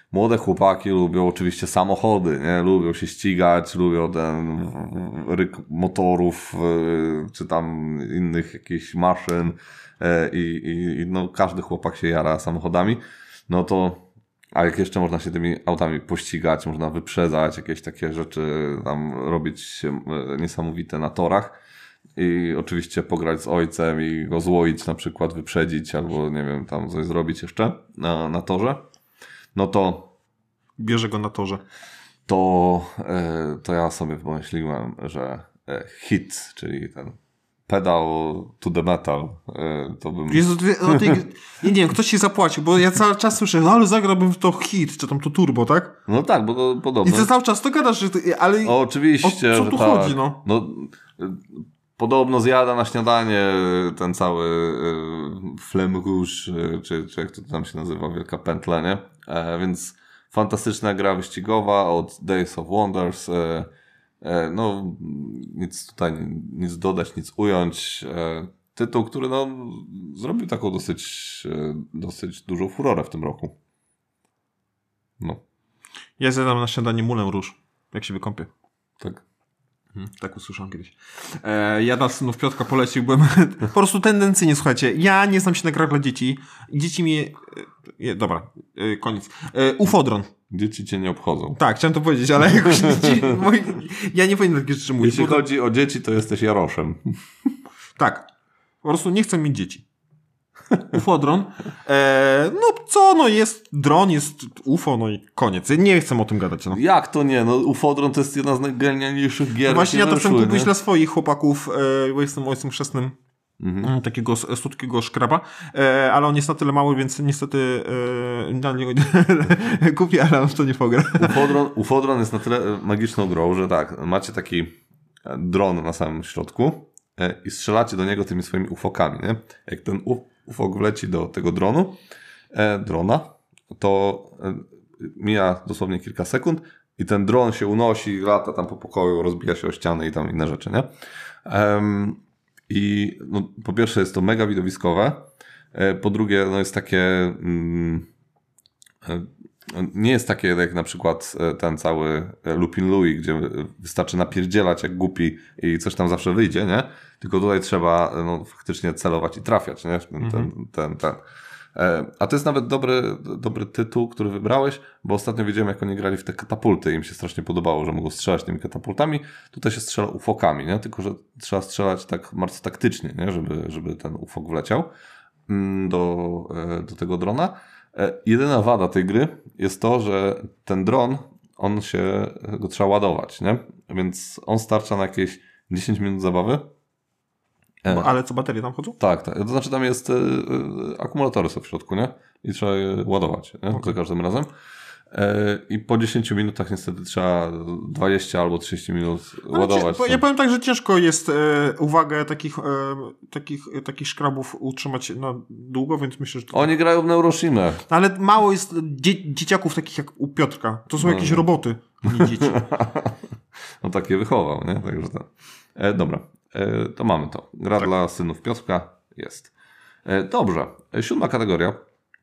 Młode chłopaki lubią oczywiście samochody, nie? Lubią się ścigać, lubią ten ryk motorów, czy tam innych jakichś maszyn i, i, i no, każdy chłopak się jara samochodami. No to, a jak jeszcze można się tymi autami pościgać, można wyprzedzać, jakieś takie rzeczy tam robić niesamowite na torach. I oczywiście pograć z ojcem i go złoić, na przykład wyprzedzić albo nie wiem, tam coś zrobić jeszcze na, na torze. No to bierze go na torze. To, e, to ja sobie pomyśliłem, że e, hit, czyli ten pedal to the metal, e, to bym... Jezu, no, ty, ja nie wiem, ktoś ci zapłacił, bo ja cały czas słyszę, no ale zagrałbym w to hit, czy tam to turbo, tak? No tak, bo to podobno... I ty cały czas to gadasz, że ty, ale... O, oczywiście, o co że tu tak. chodzi, no? No, podobno zjada na śniadanie ten cały y, Flame Rouge, y, czy, czy jak to tam się nazywa, Wielka Pętla, nie? E, więc fantastyczna gra wyścigowa od Days of Wonders. E, e, no, nic tutaj, nic dodać, nic ująć. E, tytuł, który no, zrobił taką dosyć, e, dosyć dużą furorę w tym roku. No. Ja zjadam na śniadanie Moulin Rouge, jak się wykąpię. Tak. Hmm, tak usłyszałem kiedyś. E, ja dla synów Piotrka poleciłbym po prostu tendencyjnie, słuchajcie, ja nie znam się na grach dla dzieci. Dzieci mi... E, dobra, e, koniec. E, Ufodron. Dzieci cię nie obchodzą. Tak, chciałem to powiedzieć, ale jakoś dzieci, moi, ja nie powinien takie rzeczy mówić. Jeśli to... chodzi o dzieci, to jesteś Jaroszem. Tak. Po prostu nie chcę mieć dzieci. Ufodron. E, no co, no jest dron, jest U F O, no i koniec. Nie chcę o tym gadać. No. Jak to nie? No Ufodron to jest jedna z najgenialniejszych gier. No właśnie ja to chcę wyszły, kupić dla swoich chłopaków, e, bo jestem ojcem chrzestnym mhm. takiego słodkiego szkraba, e, ale on jest na tyle mały, więc niestety e, na niego kupię, ale on w to nie pogra. Ufodron, Ufodron jest na tyle magiczną grą, że tak, macie taki dron na samym środku e, i strzelacie do niego tymi swoimi ufokami, nie? Jak ten ufok wleci do tego dronu, e, drona, to e, mija dosłownie kilka sekund i ten dron się unosi, lata tam po pokoju, rozbija się o ściany i tam inne rzeczy, nie? Um, I no, po pierwsze jest to mega widowiskowe, e, po drugie no, jest takie... Mm, e, nie jest takie jak na przykład ten cały Lupin Louis, gdzie wystarczy napierdzielać jak głupi i coś tam zawsze wyjdzie, nie? Tylko tutaj trzeba no, faktycznie celować i trafiać, nie? Ten, mhm. ten, ten, ten. A to jest nawet dobry, dobry tytuł, który wybrałeś, bo ostatnio wiedziałem, jak oni grali w te katapulty i im się strasznie podobało, że mogą strzelać tymi katapultami. Tutaj się strzela ufokami, nie? Tylko że trzeba strzelać tak bardzo taktycznie, nie? Żeby, żeby ten ufok wleciał do, do tego drona. Jedyna wada tej gry jest to, że ten dron, on się, go trzeba ładować, nie? Więc on starcza na jakieś dziesięć minut zabawy. Bo, ale co, baterie tam chodzą? Tak, tak. To znaczy tam jest, y, y, akumulatory są w środku, nie? I trzeba je ładować, nie? Okay. Za każdym razem. I po dziesięciu minutach niestety trzeba dwadzieścia albo trzydzieści minut ładować. Cię, ja powiem tak, że ciężko jest e, uwagę takich, e, takich, takich szkrabów utrzymać na długo, więc myślę, że... To... Oni grają w Neuroshimę. Ale mało jest dzie- dzieciaków takich jak u Piotrka. To są no, jakieś no. roboty, nie dzieci. No tak je wychował, nie? Także to... E, dobra, e, to mamy to. Gra tak. Dla synów Piotrka jest. E, dobrze, e, siódma kategoria.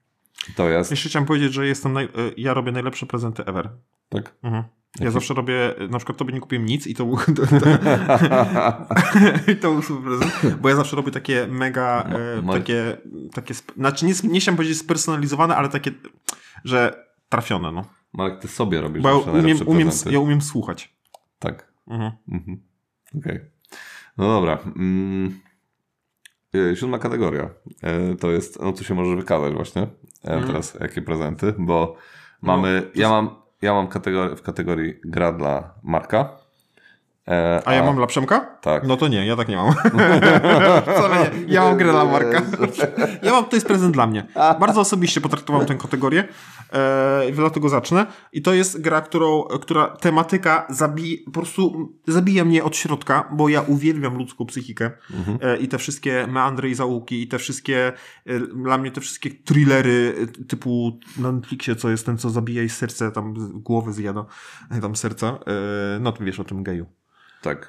To jest. Jeszcze chciałem powiedzieć, że jestem naj... ja robię najlepsze prezenty ever. Tak? Mhm. Ja Jaki? zawsze robię, na przykład tobie nie kupiłem nic i to był, to, to, to był super prezent, bo ja zawsze robię takie mega, e, takie, takie, znaczy nie, nie chciałem powiedzieć spersonalizowane, ale takie, że trafione, no. Marek, ty sobie robisz bo zawsze umiem, najlepsze umiem, prezenty. ja umiem słuchać. Tak. Mhm. Mhm. Okej. Okay. No dobra. Mm. Siódma kategoria. E, to jest, no tu się możesz wykazać właśnie e, mm. teraz jakie prezenty, bo mamy, no, ja mam ja mam kategori- w kategorii gra dla Marka. E, a, a ja mam dla Przemka? Tak. No to nie, ja tak nie mam. Wcale nie. Ja mam grę dla Marka. Ja mam, to jest prezent dla mnie. Bardzo osobiście potraktowałem tę kategorię, e, dlatego zacznę. I to jest gra, którą, która tematyka zabija, po prostu zabija mnie od środka, bo ja uwielbiam ludzką psychikę mhm. e, i te wszystkie meandry i zaułki i te wszystkie, e, dla mnie te wszystkie thrillery typu na Netflixie, co jest ten, co zabija i serce, tam głowy zjada, tam serca. E, no to wiesz o tym geju. Tak.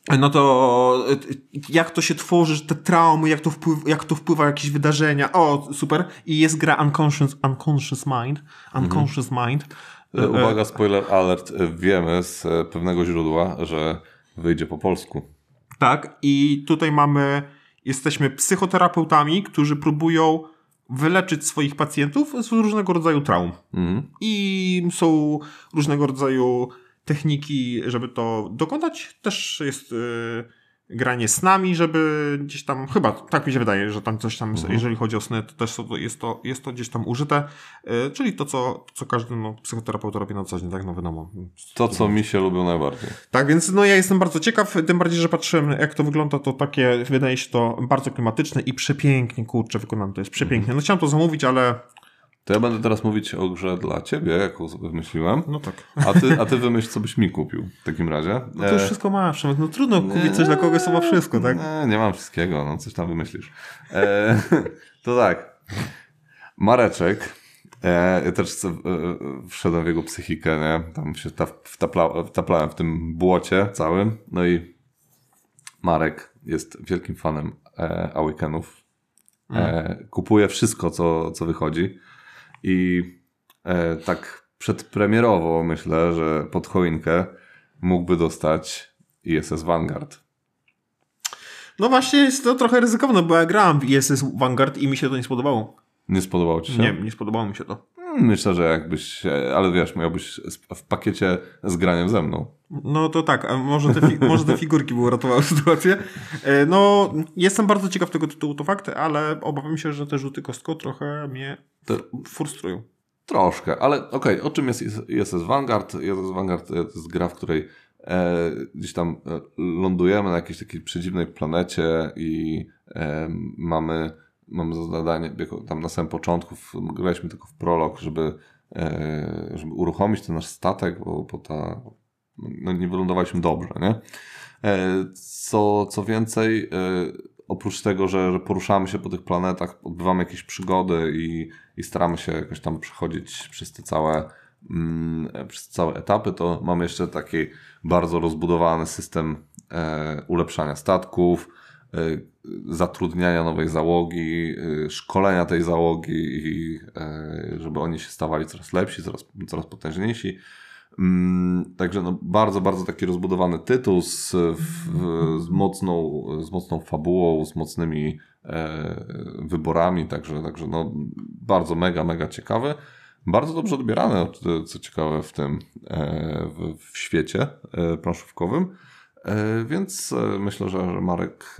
no to jak to się tworzy, te traumy, jak to wpływa, jak to wpływa jakieś wydarzenia. O, super. I jest gra Unconscious, Unconscious Mind. Unconscious mhm. Mind. Uwaga, spoiler alert. Wiemy z pewnego źródła, że wyjdzie po polsku. Tak. I tutaj mamy, jesteśmy psychoterapeutami, którzy próbują wyleczyć swoich pacjentów z różnego rodzaju traum. Mhm. I są różnego rodzaju techniki, żeby to dokonać. Też jest y, granie snami, żeby gdzieś tam, chyba tak mi się wydaje, że tam coś tam, mhm. jeżeli chodzi o sny, to też jest to, jest to gdzieś tam użyte. Y, czyli to, co, co każdy no, psychoterapeuta robi na co dzień, tak? No wiadomo. To, co mi się lubią najbardziej. Tak, więc no ja jestem bardzo ciekaw, tym bardziej, że patrzyłem, jak to wygląda, to takie, wydaje się to bardzo klimatyczne i przepięknie, kurczę, wykonane. To jest przepięknie. Mhm. No chciałem to zamówić, ale... To ja będę teraz mówić o grze dla ciebie, jaką sobie wymyśliłem. No tak. A ty, a ty wymyśl, co byś mi kupił w takim razie. No to już wszystko masz. No trudno kupić nie, coś dla kogoś, co ma wszystko, tak? Nie, nie mam wszystkiego, no coś tam wymyślisz. E, to tak. Mareczek. E, ja też e, wszedłem w jego psychikę, nie? Tam się wtapla, wtaplałem w tym błocie całym. No i Marek jest wielkim fanem e, Awakenów. E, kupuje wszystko, co, co wychodzi. I e, tak przedpremierowo myślę, że pod choinkę mógłby dostać I S S Vanguard. No właśnie jest to trochę ryzykowne, bo ja grałem w I S S Vanguard i mi się to nie spodobało. Nie spodobało ci się? Nie, nie spodobało mi się to. Myślę, że jakbyś, ale wiesz, miałbyś w pakiecie z graniem ze mną. No to tak, a może te, fi- może te figurki by uratowały sytuację. No, jestem bardzo ciekaw tego tytułu, to fakt, ale obawiam się, że te rzuty kostką trochę mnie to frustrują. Troszkę, ale okej, okay, o czym jest I S S Vanguard? I S S Vanguard to jest gra, w której e, gdzieś tam lądujemy na jakiejś takiej przedziwnej planecie i e, mamy... Mamy zadanie, tam na samym początku graliśmy tylko w prolog, żeby, e, żeby uruchomić ten nasz statek, bo, bo ta, no nie wylądowaliśmy dobrze, nie? E, co, co więcej, e, oprócz tego, że, że poruszamy się po tych planetach, odbywamy jakieś przygody i, i staramy się jakoś tam przechodzić przez te całe, mm, przez te całe etapy, to mamy jeszcze taki bardzo rozbudowany system e, ulepszania statków, zatrudniania nowej załogi, szkolenia tej załogi i żeby oni się stawali coraz lepsi, coraz, coraz potężniejsi. Także no bardzo, bardzo taki rozbudowany tytuł z, z, mocną, z mocną fabułą, z mocnymi wyborami, także, także no bardzo mega, mega ciekawy. Bardzo dobrze odbierany, co ciekawe w tym w, w świecie planszówkowym. Więc myślę, że, że Marek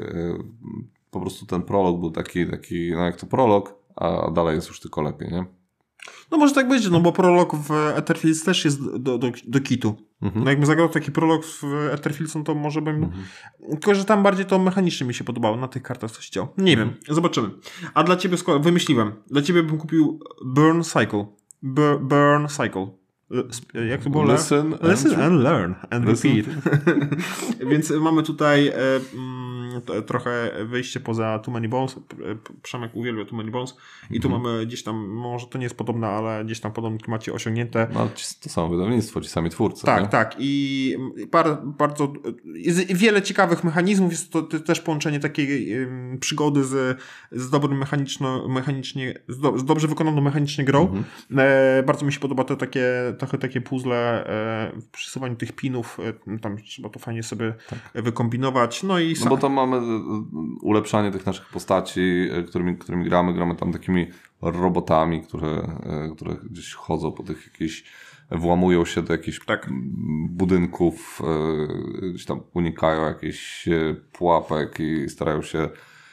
po prostu ten prolog był taki, taki no jak to prolog, a dalej jest już tylko lepiej, nie? No może tak być, no bo prolog w Etherfields też jest do, do, do kitu. Mhm. No jakbym zagrał taki prolog w Etherfields, no to może bym... Mhm. Tylko, że tam bardziej to mechanicznie mi się podobało, na tych kartach coś działo. Nie mhm. wiem, zobaczymy. A dla ciebie, skoro wymyśliłem, dla ciebie bym kupił Burn Cycle. B- Burn Cycle. Jak to było? Listen, Listen and, and learn and listen. repeat. Więc mamy tutaj e, mm, to, trochę wyjście poza Too Many Bones. Przemek uwielbia Too Many Bones. I tu mm-hmm. mamy gdzieś tam, może to nie jest podobne, ale gdzieś tam w podobnym klimacie osiągnięte. No, to samo wydawnictwo, ci sami twórcy. Tak, nie? tak. I par, bardzo jest wiele ciekawych mechanizmów. Jest to też połączenie takiej um, przygody z, z dobrym mechaniczno, mechanicznie, z, do, z dobrze wykonaną mechanicznie grą. Mm-hmm. E, bardzo mi się podoba to takie trochę takie puzzle e, w przesuwaniu tych pinów, e, tam trzeba to fajnie sobie tak. wykombinować. No i no bo tam mamy ulepszanie tych naszych postaci, którymi, którymi gramy. Gramy tam takimi robotami, które, które gdzieś chodzą po tych jakichś, włamują się do jakichś tak. budynków, gdzieś tam unikają jakichś pułapek i starają się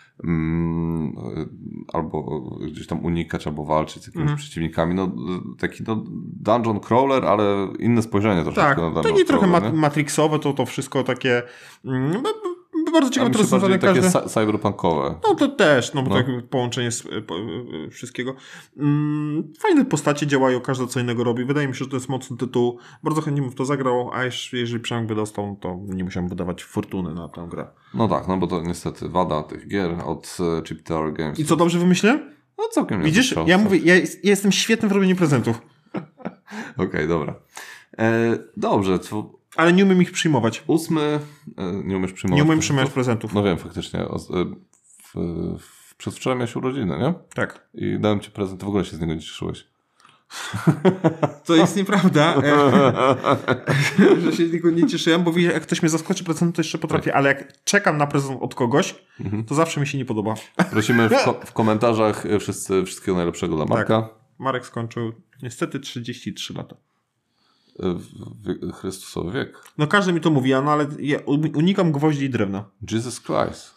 Mm, albo gdzieś tam unikać, albo walczyć z jakimiś mm. przeciwnikami. No, taki no, dungeon crawler, ale inne spojrzenie troszeczkę tak, na dungeon takie crawler. trochę mat- matrixowe, to, to wszystko takie mm, bardzo ciekawe to rozwiązanie. Takie każde... cyberpunkowe. No to też, no bo no. tak połączenie z, po, wszystkiego. Mm, fajne postacie działają, każda co innego robi. Wydaje mi się, że to jest mocny tytuł. Bardzo chętnie bym w to zagrał, a jeżeli Przemek by dostał, to nie musiałem wydawać fortuny na tę grę. No tak, no bo to niestety wada tych gier od Chip Tower Games. I co, dobrze wymyśliłem? No całkiem nie. Widzisz, ja mówię, ja, ja jestem świetny w robieniu prezentów. Okej, okay, dobra. E, dobrze, to Ale nie umiem ich przyjmować. Ósmy, nie umiesz przyjmować Nie umiem przyjmować prezentów. No wiem, faktycznie. W, w, w, przedwczoraj miałeś urodziny, nie? Tak. I dałem ci prezent, w ogóle się z niego nie cieszyłeś. To jest nieprawda, że się niego nie cieszyłem, bo jak ktoś mnie zaskoczy prezentem, to jeszcze potrafię, tak. Ale jak czekam na prezent od kogoś, mhm. to zawsze mi się nie podoba. Prosimy w, ko- w komentarzach wszyscy wszystkiego najlepszego dla Marka. Tak. Marek skończył niestety trzydzieści trzy lata. W, Chrystusowy wiek. No każdy mi to mówi, no ale ja unikam gwoździ i drewna. Jesus Christ.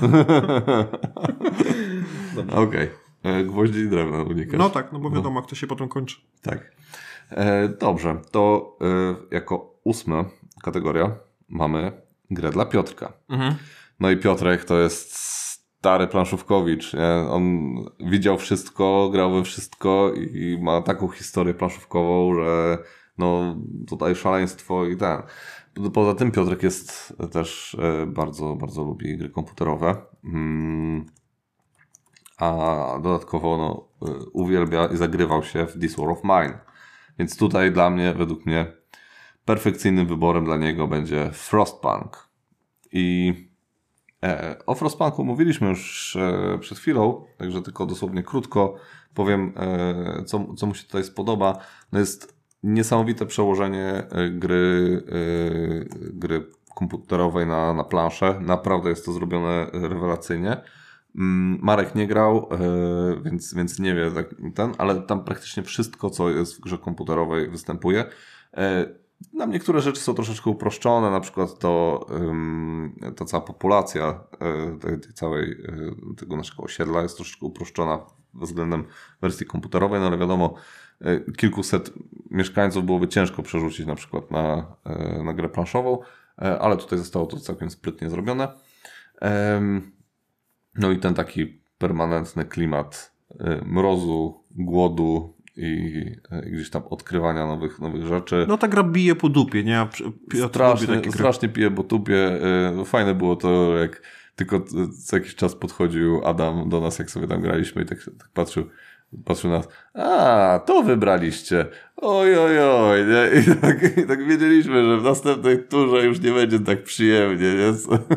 Okej. Okay. Gwoździ i drewna unikasz. No tak, no bo wiadomo, no. Jak to się potem kończy. Tak. E, dobrze, to e, jako ósma kategoria mamy grę dla Piotrka. Mhm. No i Piotrek to jest stary planszówkowicz. Nie? On widział wszystko, grał we wszystko i ma taką historię planszówkową, że no tutaj szaleństwo i ten. Poza tym Piotrek jest też e, bardzo, bardzo lubi gry komputerowe. Hmm. A dodatkowo no, uwielbia i zagrywał się w This War of Mine. Więc tutaj dla mnie, według mnie, perfekcyjnym wyborem dla niego będzie Frostpunk. I e, o Frostpunku mówiliśmy już e, przed chwilą, także tylko dosłownie krótko powiem, e, co, co mu się tutaj spodoba. No jest niesamowite przełożenie gry, e, gry komputerowej na, na planszę. Naprawdę jest to zrobione rewelacyjnie. Marek nie grał, więc, więc nie wie ten, ale tam praktycznie wszystko, co jest w grze komputerowej, występuje. Nam niektóre rzeczy są troszeczkę uproszczone, na przykład to ta cała populacja tej, tej całej, tego naszego osiedla jest troszeczkę uproszczona względem wersji komputerowej, no ale wiadomo, kilkuset mieszkańców byłoby ciężko przerzucić na przykład na, na grę planszową, ale tutaj zostało to całkiem sprytnie zrobione. No i ten taki permanentny klimat mrozu, głodu i gdzieś tam odkrywania nowych, nowych rzeczy. No ta gra bije po dupie, nie? Strasznie, strasznie pije po dupie. Fajne było to, jak tylko co jakiś czas podchodził Adam do nas, jak sobie tam graliśmy i tak, tak patrzył, patrzył na nas. A, to wybraliście. Oj, oj, oj. Nie? I, tak, I tak wiedzieliśmy, że w następnej turze już nie będzie tak przyjemnie. Nie?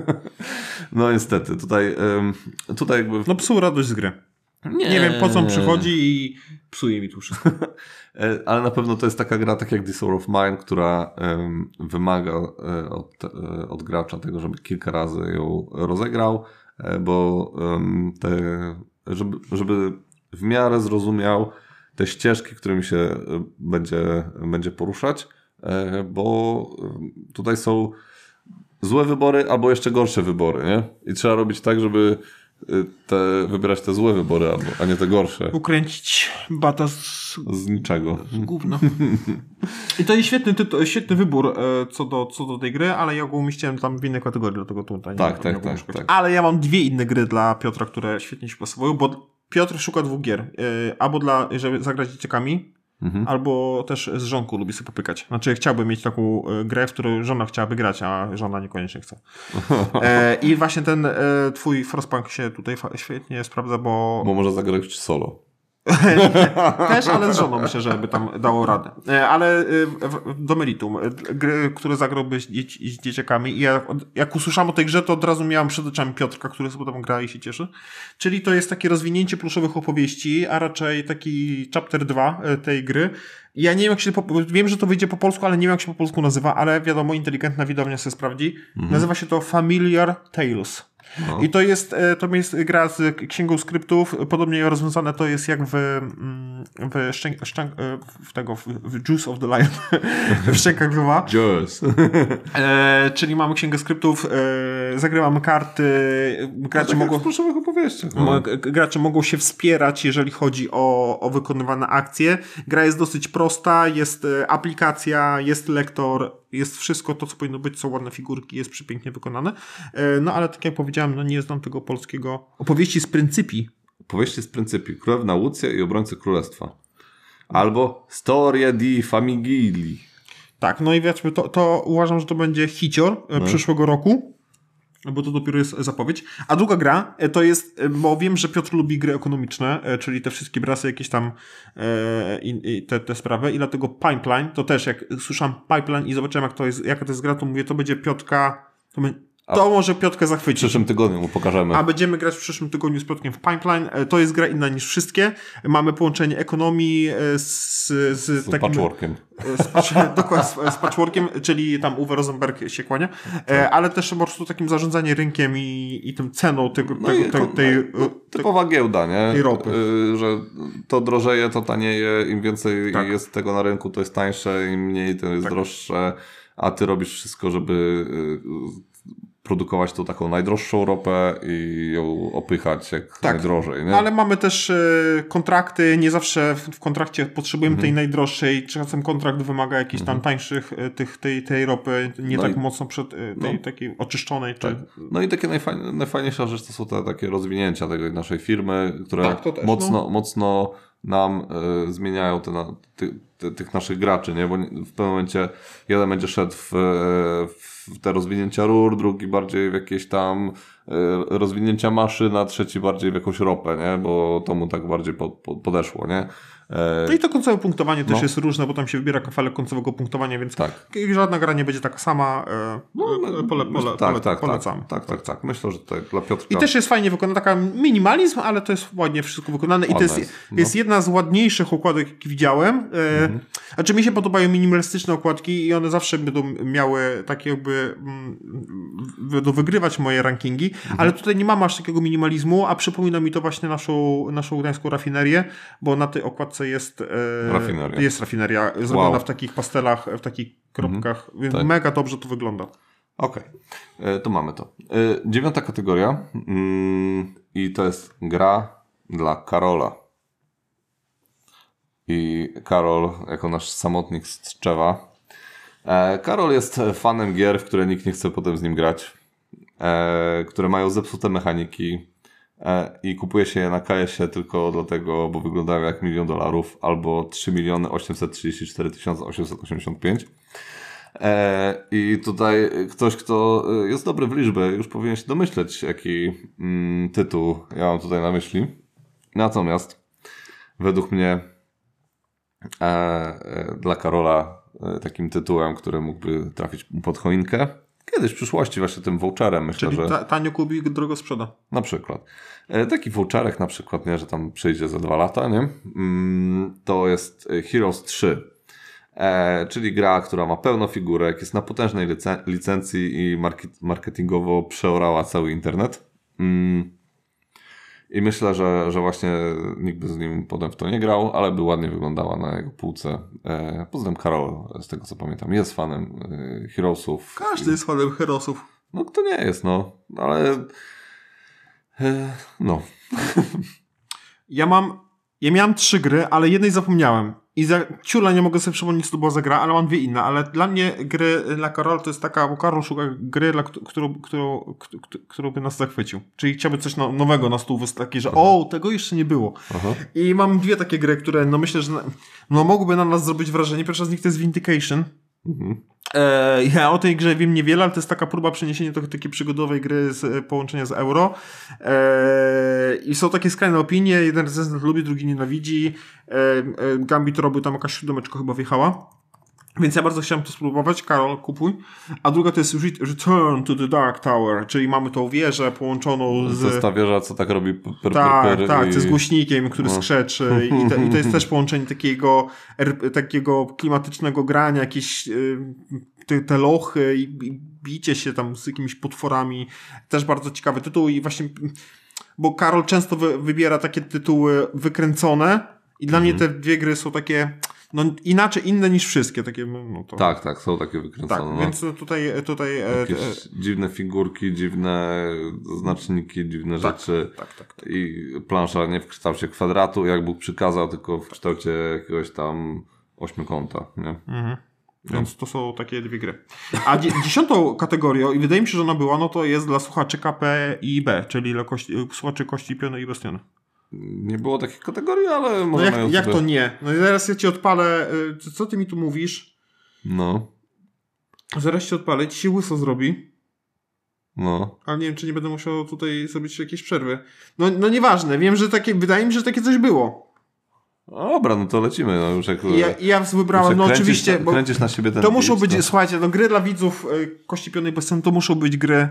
No niestety, tutaj, tutaj jakby... No psuł radość z gry. Nie, nie wiem, po co on przychodzi i psuje mi tu wszystko. Ale na pewno to jest taka gra, tak jak This War of Mine, która um, wymaga od, od gracza tego, żeby kilka razy ją rozegrał, bo um, te, żeby, żeby w miarę zrozumiał te ścieżki, którymi się będzie, będzie poruszać, bo tutaj są złe wybory albo jeszcze gorsze wybory, nie? I trzeba robić tak, żeby te, wybierać te złe wybory, albo, a nie te gorsze. Ukręcić bata z, z niczego. Z gówna. I to jest świetny, tytuł, świetny wybór e, co, do, co do tej gry, ale ja go umieściłem tam w innej kategorii, dlatego tutaj. Tak, tak, tak, tak. Ale ja mam dwie inne gry dla Piotra, które świetnie się pasowują, bo Piotr szuka dwóch gier. E, albo dla, żeby zagrać z dzieciakami, mhm. albo też z żonką lubi sobie popykać. Znaczy chciałbym mieć taką e, grę, w której żona chciałaby grać, a żona niekoniecznie chce. E, I właśnie ten e, twój Frostpunk się tutaj fa- świetnie sprawdza, bo... Bo może zagrać solo. Też, ale z żoną myślę, że by tam dało radę. E, ale e, w, do meritum. Gry, które zagrałbyś z, dzieci, z dzieciakami i jak, jak usłyszałem o tej grze, to od razu miałem przed oczami Piotrka, który sobie tam gra i się cieszy. Czyli to jest takie rozwinięcie pluszowych opowieści, a raczej taki chapter dwa tej gry. Ja nie wiem, jak się po, wiem, że to wyjdzie po polsku, ale nie wiem, jak się po polsku nazywa, ale wiadomo, inteligentna widownia sobie sprawdzi. Mhm. Nazywa się to Familiar Tales. No. I to jest, to jest gra z księgą skryptów, podobnie rozwiązane to jest jak w, w, szczęk, szczęk, w tego, w Juice of the Lion, w Szczękach Lwa. Juice. E, czyli mamy księgę skryptów, e, zagrywamy karty, gracze, no, mogą, no. gracze mogą się wspierać, jeżeli chodzi o, o wykonywane akcje. Gra jest dosyć prosta, jest aplikacja, jest lektor, jest wszystko to, co powinno być, są ładne figurki, jest przepięknie wykonane. No ale tak jak powiedziałem, no nie znam tego polskiego. Opowieści z Pryncypii. Opowieści z Pryncypii. Królewna Łucja i obrońcy królestwa. Albo Storia di Famigili. Tak, no i wiecie, to, to uważam, że to będzie hicior no. przyszłego roku. bo to dopiero jest zapowiedź. A druga gra to jest, bo wiem, że Piotr lubi gry ekonomiczne, czyli te wszystkie brasy, jakieś tam e, i, te, te sprawy i dlatego Pipeline, to też jak słyszałem Pipeline i zobaczyłem jak to jest, jaka to jest gra, to mówię, to będzie Piotrka, to, my, to może Piotrkę zachwycić. W przyszłym tygodniu mu pokażemy. A będziemy grać w przyszłym tygodniu z Piotrkiem w Pipeline. To jest gra inna niż wszystkie. Mamy połączenie ekonomii z, z, z takim... patchworkiem. Z, patch, dokładnie, z, z patchworkiem, czyli tam Uwe Rosenberg się kłania, e, ale też po prostu takim zarządzanie rynkiem i, i tym ceną tego, no tego, i, tej, tej, no, typowa giełda, nie? Tej ropy. Y, że to drożeje, to tanieje, im więcej tak. jest tego na rynku, to jest tańsze, im mniej to jest tak. droższe, a ty robisz wszystko, żeby y, produkować tą taką najdroższą ropę i ją opychać jak tak. najdrożej. Nie? Ale mamy też y, kontrakty, nie zawsze w, w kontrakcie potrzebujemy mhm. tej najdroższej, czasem kontrakt wymaga jakichś mhm. tam tańszych y, tych, tej, tej ropy, nie no tak i, mocno przed, y, tej, no. takiej oczyszczonej. Czy... Tak. No i takie najfajne, najfajniejsza rzecz to są te takie rozwinięcia tej naszej firmy, które tak, też, mocno, no. mocno nam y, zmieniają te, na, ty, ty, tych naszych graczy, nie? Bo w pewnym momencie jeden będzie szedł w, w te rozwinięcia rur, drugi bardziej w jakieś tam y, rozwinięcia maszyn, a trzeci bardziej w jakąś ropę, nie? Bo to mu tak bardziej po, po, podeszło, nie? No i to końcowe punktowanie też no. jest różne, bo tam się wybiera kafelek końcowego punktowania, więc tak. żadna gra nie będzie taka sama. No, pole, pole, tak, pole, tak, polecamy. Tak, tak, tak, tak. Myślę, że to dla Piotrka... I też jest fajnie wykonane, taka minimalizm, ale to jest ładnie wszystko wykonane. I to jest, jest, no. jest jedna z ładniejszych okładek, jakie widziałem. Mhm. Znaczy mi się podobają minimalistyczne okładki i one zawsze będą miały takie jakby będą wygrywać moje rankingi, mhm. ale tutaj nie mamy aż takiego minimalizmu, a przypomina mi to właśnie naszą, naszą gdańską rafinerię, bo na tej okładce jest e, rafineria. Jest rafineria, zrobiona wow. w takich pastelach, w takich kropkach, mhm. więc tak. mega dobrze to wygląda. Okej, okay. To mamy to. Dziewiąta kategoria mm, i to jest gra dla Karola. I Karol, jako nasz samotnik z Tczewa. E, Karol jest fanem gier, w które nikt nie chce potem z nim grać, e, które mają zepsute mechaniki e, i kupuje się je na K S ie tylko dlatego, bo wyglądają jak milion dolarów albo trzy miliony osiemset trzydzieści cztery tysiące osiemset osiemdziesiąt pięć. E, I tutaj ktoś, kto jest dobry w liczbę, już powinien się domyśleć, jaki mm, tytuł ja mam tutaj na myśli. Natomiast według mnie e, e, dla Karola e, takim tytułem, który mógłby trafić pod choinkę, kiedyś w przyszłości właśnie tym voucherem, myślę, Czyli że... ta, tanio kupi, drogo sprzeda. Na przykład. E, taki voucherek na przykład, nie, że tam przyjdzie za dwa lata, nie? Mm, to jest Heroes trzy. E, czyli gra, która ma pełno figurek, jest na potężnej licen- licencji i market- marketingowo przeorała cały internet. Mm. I myślę, że, że właśnie nikt by z nim potem w to nie grał, ale by ładnie wyglądała na jego półce. E, poza tym Karol, z tego co pamiętam, jest fanem e, Heroesów. Każdy i... jest fanem Heroesów. No kto nie jest, no. Ale e, no. Ja mam, ja miałem trzy gry, ale jednej zapomniałem. I za ciula nie mogę sobie przypomnieć, co to była za gra, ale mam dwie inne. Ale dla mnie gry dla Karola to jest taka, bo Karol szuka gry, dla którą, którą, którą by nas zachwycił. Czyli chciałby coś no, nowego na stół, takie, że Aha. o, tego jeszcze nie było. Aha. I mam dwie takie gry, które no myślę, że no, mogłyby na nas zrobić wrażenie. Pierwsza z nich to jest Vindication. Mhm. E, ja o tej grze wiem niewiele, ale to jest taka próba przeniesienia do takiej przygodowej gry z połączenia z euro. E, I są takie skrajne opinie. Jeden recenzent lubi, drugi nienawidzi. E, e, Gambit robił tam jakaś siódemeczka chyba wjechała. Więc ja bardzo chciałem to spróbować. Karol, kupuj. A druga to jest Return to the Dark Tower, czyli mamy tą wieżę połączoną z... To jest ta wieża, co tak robi per, per, Tak, per tak, i... z głośnikiem, który no. skrzeczy i, te, i to jest też połączenie takiego, takiego klimatycznego grania, jakieś te, te lochy i, i bicie się tam z jakimiś potworami. Też bardzo ciekawy tytuł i właśnie, bo Karol często wy, wybiera takie tytuły wykręcone i dla mhm. mnie te dwie gry są takie... No inaczej, inne niż wszystkie. Takie, no to... Tak, tak, są takie wykręcone. Tak, no. Więc tutaj... tutaj Jakieś e... dziwne figurki, dziwne znaczniki, dziwne tak, rzeczy. Tak, tak, tak. I plansza nie w kształcie kwadratu, jak Bóg przykazał, tylko w kształcie jakiegoś tam ośmiokąta. Nie? Mhm. No. Więc to są takie dwie gry. A dziesiątą kategorią, i wydaje mi się, że ona była, no to jest dla słuchaczy K P i B, czyli dla kości, słuchaczy kości piony i bastiony. Nie było takich kategorii, ale może no jak, jak sobie... to nie? No i zaraz ja ci odpalę. Co ty mi tu mówisz? No. Zaraz ci odpalę. Ci się łyso zrobi. No. Ale nie wiem, czy nie będę musiał tutaj zrobić jakieś przerwy. No, no nieważne, wiem, że takie, wydaje mi się, że takie coś było. Dobra, no to lecimy. No już jak, I ja, i ja wybrałem, no kręcisz, oczywiście, bo kręcisz na siebie ten to muszą beat, być, to... słuchajcie, no gry dla widzów y, Kości Pionnej bez sensu, to muszą być gry,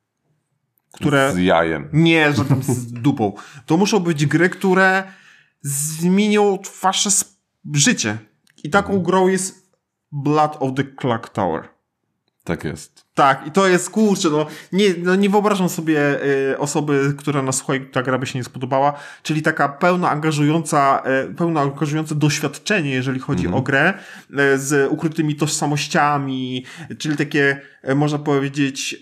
które... Z jajem. Nie, że tam z dupą. To muszą być gry, które zmienią wasze życie. I taką Mhm. grą jest Blood of the Clock Tower. Tak jest. Tak, i to jest, kurczę, no nie, no nie wyobrażam sobie y, osoby, która nas słucha i ta gra by się nie spodobała, czyli taka pełna angażująca, y, pełna angażujące doświadczenie, jeżeli chodzi Mhm. o grę, y, z ukrytymi tożsamościami, czyli takie, y, można powiedzieć,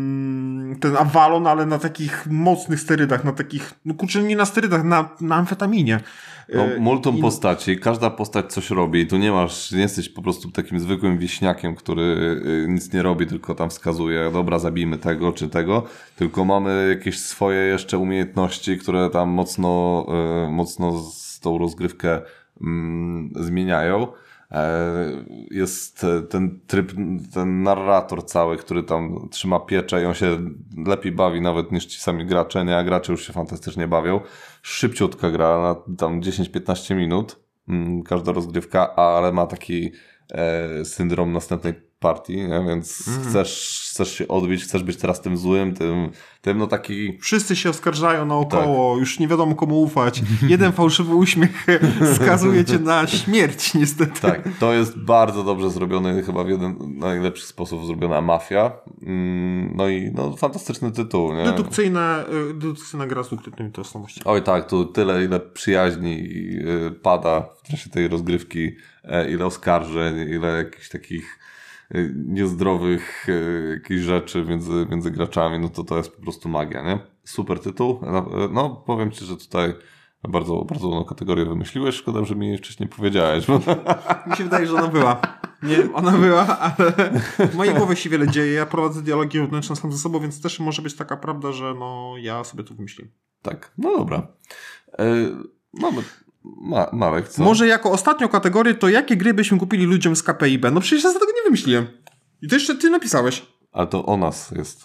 mm, ten Avalon, ale na takich mocnych sterydach, na takich, no kurczę, nie na sterydach, na, na amfetaminie. No, Y, multum i- postaci, każda postać coś robi. Tu nie masz, nie jesteś po prostu takim zwykłym wieśniakiem, który y, nic nie robi, tylko tam wskazuje, dobra, zabijmy tego czy tego, tylko mamy jakieś swoje jeszcze umiejętności, które tam mocno, y, mocno z tą rozgrywkę mm, zmieniają. E, Jest ten tryb, ten narrator cały, który tam trzyma pieczę i on się lepiej bawi nawet niż ci sami gracze, nie? A gracze już się fantastycznie bawią. Szybciutka gra na tam dziesięć piętnaście minut, mm, każda rozgrywka, ale ma taki e, syndrom następnej partii, nie? Więc Mhm. chcesz, chcesz się odbić, chcesz być teraz tym złym, tym, tym no taki... Wszyscy się oskarżają naokoło, już nie wiadomo komu ufać. Jeden fałszywy uśmiech skazuje cię na śmierć, niestety. Tak, to jest bardzo dobrze zrobiony, chyba w jeden z najlepszych sposobów zrobiona Mafia. Mm, No i no, fantastyczny tytuł, nie? Dedukcyjna, y, dedukcyjna gra z ukrytymi tożsamościami. Oj tak, tu tyle, ile przyjaźni y, pada w czasie tej rozgrywki, e, ile oskarżeń, ile jakichś takich y, niezdrowych y, jakichś rzeczy między, między graczami, no to to jest po prostu magia, nie? Super tytuł. No, no powiem ci, że tutaj bardzo, bardzo ładną kategorię wymyśliłeś. Szkoda, że mi wcześniej powiedziałeś. Bo... Mi się wydaje, że ona była. Nie, ona była, ale w mojej głowie się wiele dzieje. Ja prowadzę dialogi wewnętrzne sam ze sobą, więc też może być taka prawda, że no ja sobie to wymyśliłem. Tak, no dobra. E, mamy Ma, Marek, co? Może jako ostatnią kategorię, to jakie gry byśmy kupili ludziom z K P I B? No przecież ja tego nie wymyśliłem. I to jeszcze ty napisałeś. Ale to o nas jest.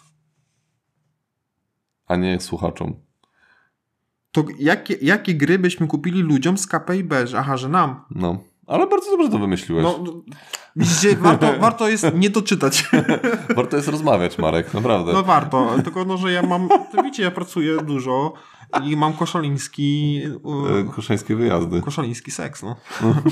A nie słuchaczom. To jakie, jakie gry byśmy kupili ludziom z K P I B? Że- Aha, że nam. No. Ale bardzo dobrze to wymyśliłeś. No, no, widzicie, warto, warto jest nie doczytać. Warto jest rozmawiać, Marek, naprawdę. No warto, tylko no, że ja mam, to wiecie, ja pracuję dużo i mam koszaliński E, Koszańskie wyjazdy. koszaliński seks, no.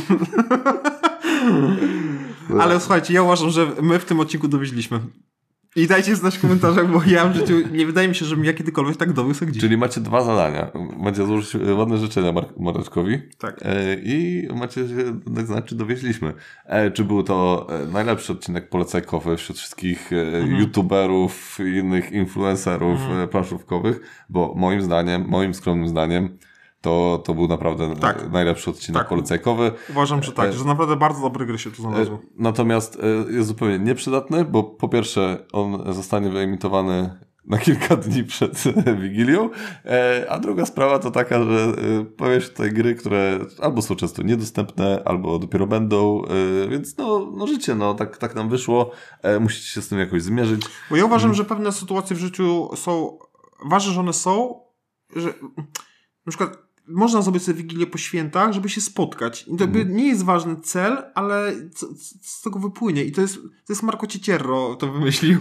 Ale słuchajcie, ja uważam, że my w tym odcinku dowieźliśmy. I dajcie znać w komentarzach, bo ja w życiu nie wydaje mi się, żebym ja kiedykolwiek tak dowiózł jak dziś. Czyli macie dwa zadania. Macie złożyć ładne życzenia Mar- Mareczkowi. Tak. E, I macie się dać znać, czy dowieźliśmy. E, czy był to e, najlepszy odcinek polecajkowy wśród wszystkich e, Mhm. youtuberów i innych influencerów Mhm. e, planszówkowych, bo moim zdaniem, moim skromnym zdaniem, to, to był naprawdę Tak. na- najlepszy odcinek Tak. polecajkowy. Uważam, że tak, E, że naprawdę bardzo dobre gry się tu znalazły. E, Natomiast e, jest zupełnie nieprzydatny, bo po pierwsze on zostanie wyemitowany na kilka dni przed e, Wigilią, e, a druga sprawa to taka, że e, pojawiają się tutaj gry, które albo są często niedostępne, albo dopiero będą, e, więc no, no życie, no tak, tak nam wyszło, e, musicie się z tym jakoś zmierzyć. Bo ja uważam, że pewne sytuacje w życiu są, ważne, że one są, że na przykład można zrobić sobie Wigilię po świętach, żeby się spotkać. I to jakby nie jest ważny cel, ale co, co z tego wypłynie. I to jest, to jest Marco Cicierro to wymyślił.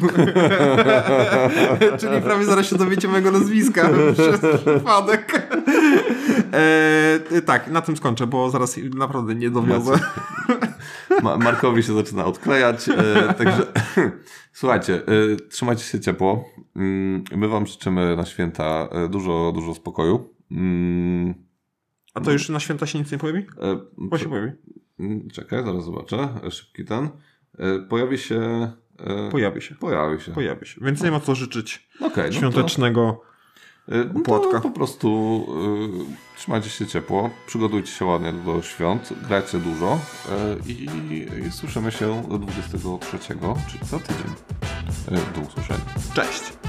Czyli prawie zaraz się dowiecie mojego nazwiska przez przypadek. E, tak, na tym skończę, bo zaraz naprawdę nie dowiozę. Ma- Markowi się zaczyna odklejać, e, także słuchajcie, e, trzymajcie się ciepło. Mm, My wam życzymy na święta e, dużo, dużo spokoju. Mm, A to już na święta się nic nie pojawi? e, Bo się pojawi. Mm, Czekaj, zaraz zobaczę. E, Szybki ten. E, Pojawi się... e, Pojawi się. Pojawi się. Pojawi się. Więc nie ma co życzyć Okej, no to- świątecznego. E, no Opłatka. to po prostu e, trzymajcie się ciepło, przygotujcie się ładnie do świąt, grajcie dużo e, i, i słyszymy się dwudziestego trzeciego, czyli za tydzień. E, do usłyszenia. Cześć!